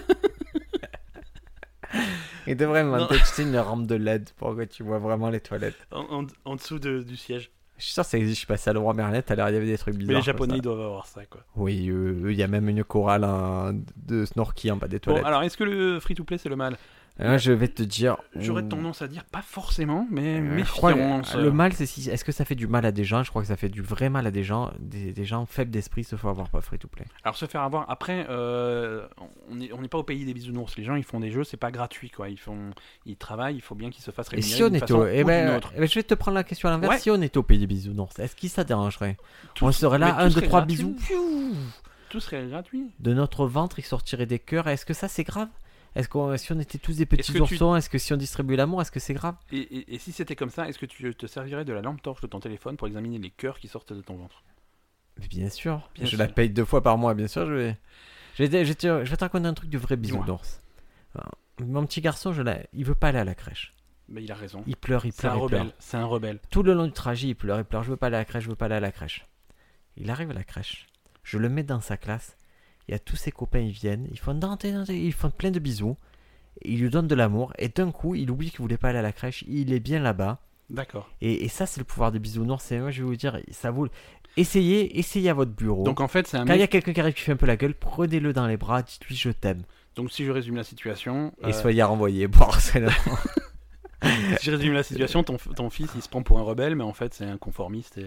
Il devrait m'inventer, tu sais, une rampe de L E D pour que tu vois vraiment les toilettes. en, en- en dessous de- du siège. Je suis sûr que ça existe, je suis passé à Leroy Merlin, tout à l'heure il y avait des trucs bizarres. Mais les comme Japonais ça. ils doivent avoir ça quoi. Oui, eux, eux, il y a même une chorale hein, de snorky en bas des Bon toilettes. alors est-ce que le free to play c'est le mal? Là, je vais te dire. J'aurais on- tendance à dire pas forcément, mais Euh, je crois que méfiance. le mal, c'est si. Est-ce que ça fait du mal à des gens? Je crois que ça fait du vrai mal à des gens. Des, des gens faibles d'esprit se font avoir pas free to play. Alors se faire avoir. Après, euh, on n'est on n'est pas au pays des bisounours. Les gens ils font des jeux, c'est pas gratuit quoi. Ils font, ils travaillent, il faut bien qu'ils se fassent Et rémunérer. si on d'une était façon au. Eh ou ben, d'une autre. eh ben, je vais te prendre la question à l'inverse. Ouais. Si on était au pays des bisounours, est-ce que ça dérangerait? Tout- On serait là, mais un, tout deux, serait trois gratuit. bisous. Piou. Tout serait gratuit. De notre ventre, il sortirait des cœurs. Est-ce que ça, c'est grave? Est-ce que si on était tous des petits Est-ce que tu- oursons, est-ce que si on distribuait l'amour, est-ce que c'est grave? Et, et- et si c'était comme ça, est-ce que tu te servirais de la lampe torche de ton téléphone pour examiner les cœurs qui sortent de ton ventre? Mais bien sûr. Bien je sûr. la paye deux fois par mois, bien sûr. Je vais, je vais, te, je vais te- je vais te raconter un truc de vrai Dis-moi. bisounours. Alors, Mon petit garçon, je la... il veut pas aller à la crèche. Mais il a raison. Il pleure, il C'est un pleure, il pleure. rebelle. C'est un rebelle. Tout le long du trajet, il pleure, il pleure. Je veux pas aller à la crèche, je veux pas aller à la crèche. Il arrive à la crèche. Je le mets dans sa classe. Il y a tous ses copains, ils viennent. Ils font, Dante, Dante, ils font plein de bisous. Il lui donne de l'amour. Et d'un coup, il oublie qu'il voulait pas aller à la crèche. Il est bien là-bas. D'accord. Et, et ça, c'est le pouvoir des bisounours. C'est, moi, je vais vous dire, ça vaut. Essayez, essayez à votre bureau. Donc en fait, c'est un Quand il y a mec. quelqu'un qui arrive qui fait un peu la gueule, prenez-le dans les bras, dites-lui je t'aime. Donc si je résume la situation. Et euh, soyez renvoyé. Bon, c'est là. Si je résume la situation, ton, ton fils il se prend pour un rebelle, mais en fait c'est un conformiste et euh,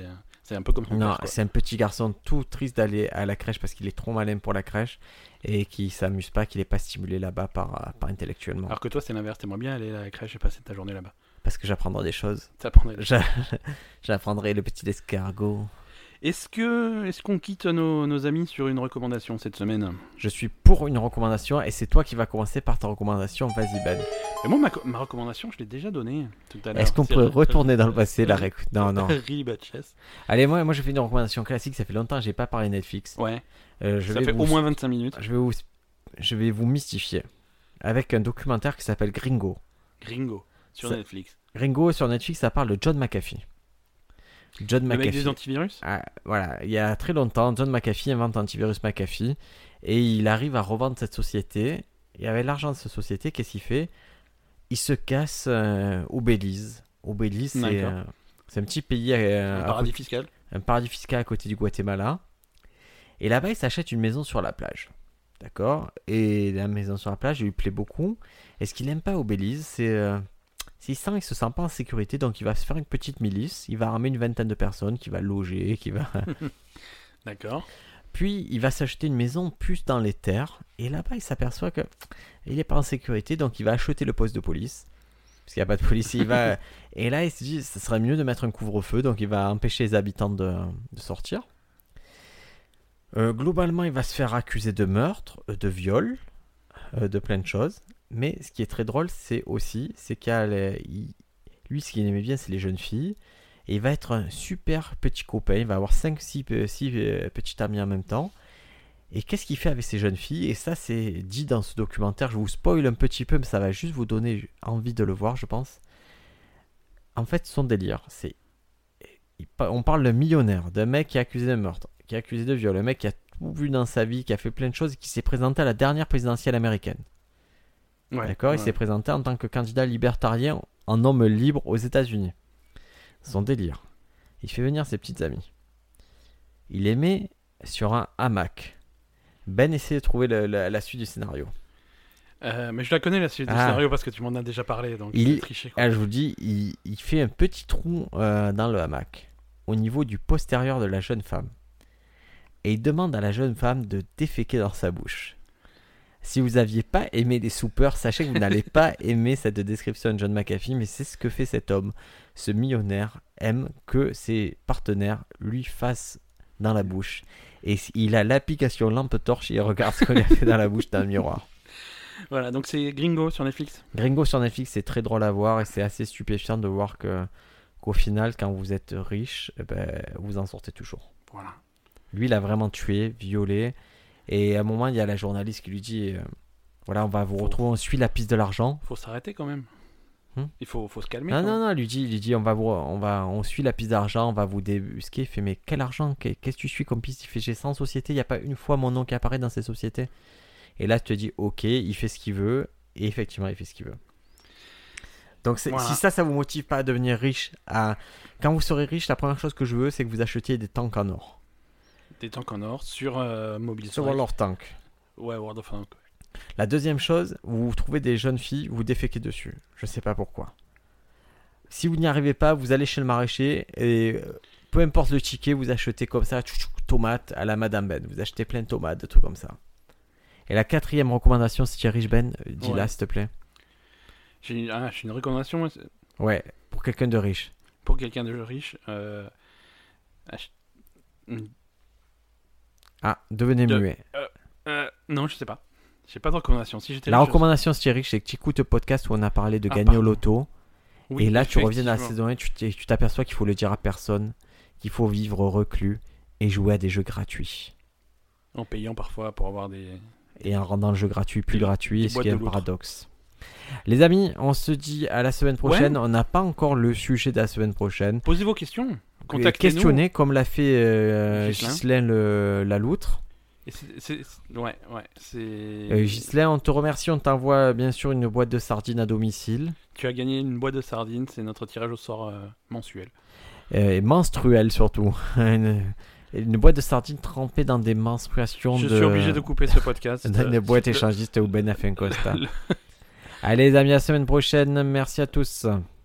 C'est un peu comme son Non, père, quoi. c'est un petit garçon tout triste d'aller à la crèche parce qu'il est trop malin pour la crèche et qui s'amuse pas, qu'il n'est pas stimulé là-bas par, par intellectuellement. Alors que toi, c'est l'inverse. T'aimerais bien aller à la crèche et passer ta journée là-bas. Parce que j'apprendrai des choses. Ça prendrait... J'a- J'apprendrai le petit escargot. Est-ce que est-ce qu'on quitte nos, nos amis sur une recommandation cette semaine? Je suis pour une recommandation et c'est toi qui vas commencer par ta recommandation. Vas-y Ben. Et moi, ma, co- ma recommandation, je l'ai déjà donnée tout à l'heure. Est-ce qu'on C'est pourrait Re- retourner dans le passé la réc... Non, non. Really Bad Chess. Allez, moi, moi je fais une recommandation classique. Ça fait longtemps que j'ai pas parlé Netflix. Ouais, Euh, je ça vais fait vous... au moins vingt-cinq minutes. je vais vous... je vais vous mystifier avec un documentaire qui s'appelle Gringo. Gringo, sur Ça- Netflix. Gringo sur Netflix, ça parle de John McAfee. John Le mec McAfee. des antivirus. Ah, voilà, il y a très longtemps, John McAfee invente l'antivirus McAfee et il arrive à revendre cette société. Et avec l'argent de cette société, qu'est-ce qu'il fait? Il se casse euh, au Belize. Au Belize, c'est, D'accord. euh, c'est un petit pays, euh, Un à paradis côté- fiscal. un paradis fiscal à côté du Guatemala. Et là-bas, il s'achète une maison sur la plage. D'accord? Et la maison sur la plage, il lui plaît beaucoup. Et ce qu'il n'aime pas au Belize, c'est... Euh, s'il sent qu'il se sent pas en sécurité, donc il va se faire une petite milice. Il va ramener une vingtaine de personnes, qui va loger, qui va... D'accord. Puis, il va s'acheter une maison plus dans les terres. Et là-bas, il s'aperçoit que il n'est pas en sécurité, donc il va acheter le poste de police. Parce qu'il n'y a pas de police. Il va... Et là, il se dit, ce serait mieux de mettre un couvre-feu. Donc, il va empêcher les habitants de, de sortir. Euh, globalement, il va se faire accuser de meurtre, euh, de viol, euh, de plein de choses. Mais ce qui est très drôle, c'est aussi, c'est qu'il y a les- il- lui, ce qu'il aimait bien, c'est les jeunes filles. Et il va être un super petit copain. Il va avoir cinq six petits amis en même temps. Et qu'est-ce qu'il fait avec ces jeunes filles? Et ça, c'est dit dans ce documentaire. Je vous spoil un petit peu, mais ça va juste vous donner envie de le voir, je pense. En fait, son délire, c'est... il pa- On parle d'un millionnaire, d'un mec qui est accusé de meurtre, qui est accusé de viol, un mec qui a tout vu dans sa vie, qui a fait plein de choses, et qui s'est présenté à la dernière présidentielle américaine. Ouais. D'accord, il ouais. s'est présenté en tant que candidat libertarien en homme libre aux États-Unis. Son délire. Il fait venir ses petites amies. Il les met sur un hamac. Ben essaie de trouver le- la, la suite du scénario. Euh, mais je la connais la suite du Ah. scénario parce que tu m'en as déjà parlé, donc Il- c'est triché, quoi. Ah, je vous dis, il, il fait un petit trou euh, dans le hamac, au niveau du postérieur de la jeune femme. Et il demande à la jeune femme de déféquer dans sa bouche. Si vous n'aviez pas aimé les soupeurs, sachez que vous n'allez pas aimer cette description de John McAfee, mais c'est ce que fait cet homme. Ce millionnaire aime que ses partenaires lui fassent dans la bouche. Et il a l'application lampe torche et il regarde ce qu'on lui a fait dans la bouche dans le miroir. Voilà, donc c'est Gringo sur Netflix. Gringo sur Netflix, c'est très drôle à voir et c'est assez stupéfiant de voir que, qu'au final, quand vous êtes riche, eh ben, vous en sortez toujours. Voilà. Lui, il a vraiment tué, violé. Et à un moment, il y a la journaliste qui lui dit euh, voilà, on va vous Faut- retrouver, on suit la piste de l'argent. Faut s'arrêter quand même. Hmm Il faut, faut se calmer. Non, quoi. non, non, il lui dit, il lui dit on, va vous, on, va, on suit la piste d'argent, on va vous débusquer. Il fait mais quel argent? Qu'est- Qu'est-ce que tu suis comme piste? Il fait j'ai cent sociétés, il n'y a pas une fois mon nom qui apparaît dans ces sociétés. Et là, tu te dis ok, il fait ce qu'il veut. Et effectivement, il fait ce qu'il veut. Donc c'est- Voilà. si ça, ça vous motive pas à devenir riche, à... quand vous serez riche, la première chose que je veux, c'est que vous achetiez des tanks en or. Des tanks en or sur euh, Mobile Sur Strike. World of Tanks. Ouais, World of Tanks. La deuxième chose, vous trouvez des jeunes filles, vous déféquez dessus. Je sais pas pourquoi. Si vous n'y arrivez pas, vous allez chez le maraîcher et euh, peu importe le ticket, vous achetez comme ça, tchou, tchou, tomates à la Madame Ben. Vous achetez plein de tomates, de trucs comme ça. Et la quatrième recommandation, si tu es riche Ben, euh, dis-la Ouais. s'il te plaît. J'ai ah, j'ai une recommandation moi, c'est- Ouais, pour quelqu'un de riche. pour quelqu'un de riche. Euh... ach- Hmm. Ah, devenez De- muet. Euh, non, je sais pas. J'ai pas de recommandation. Si j'étais La riche, je- recommandation, si tu es riche, c'est que tu écoutes le podcast où on a parlé de Ah, gagner au pardon. loto. Oui, et là, tu reviens à la effectivement. saison un, tu t'es- tu t'aperçois qu'il faut le dire à personne, qu'il faut vivre reclus et jouer à des jeux gratuits. En payant parfois pour avoir des. Et en rendant le jeu gratuit plus Des- gratuit, des ce boîtes qui est de un loutre. paradoxe. Les amis, on se dit à la semaine prochaine. On n'a pas encore le sujet de la semaine prochaine. Posez vos questions. Et Contactez-nous. Questionnez comme l'a fait euh, Ghislain. Ghislain le- la loutre. Et c'est- c'est- c'est- Ouais, ouais. C'est. Euh, Ghislain, on te remercie. On t'envoie bien sûr une boîte de sardines à domicile. Tu as gagné une boîte de sardines. C'est notre tirage au sort euh, mensuel. Euh, et menstruelle surtout. une, une boîte de sardines trempée dans des menstruations Je de... suis obligé de couper ce podcast. dans une Euh, boîte le- échangiste où Ben a fait un constat. le- Allez les amis, à la semaine prochaine. Merci à tous.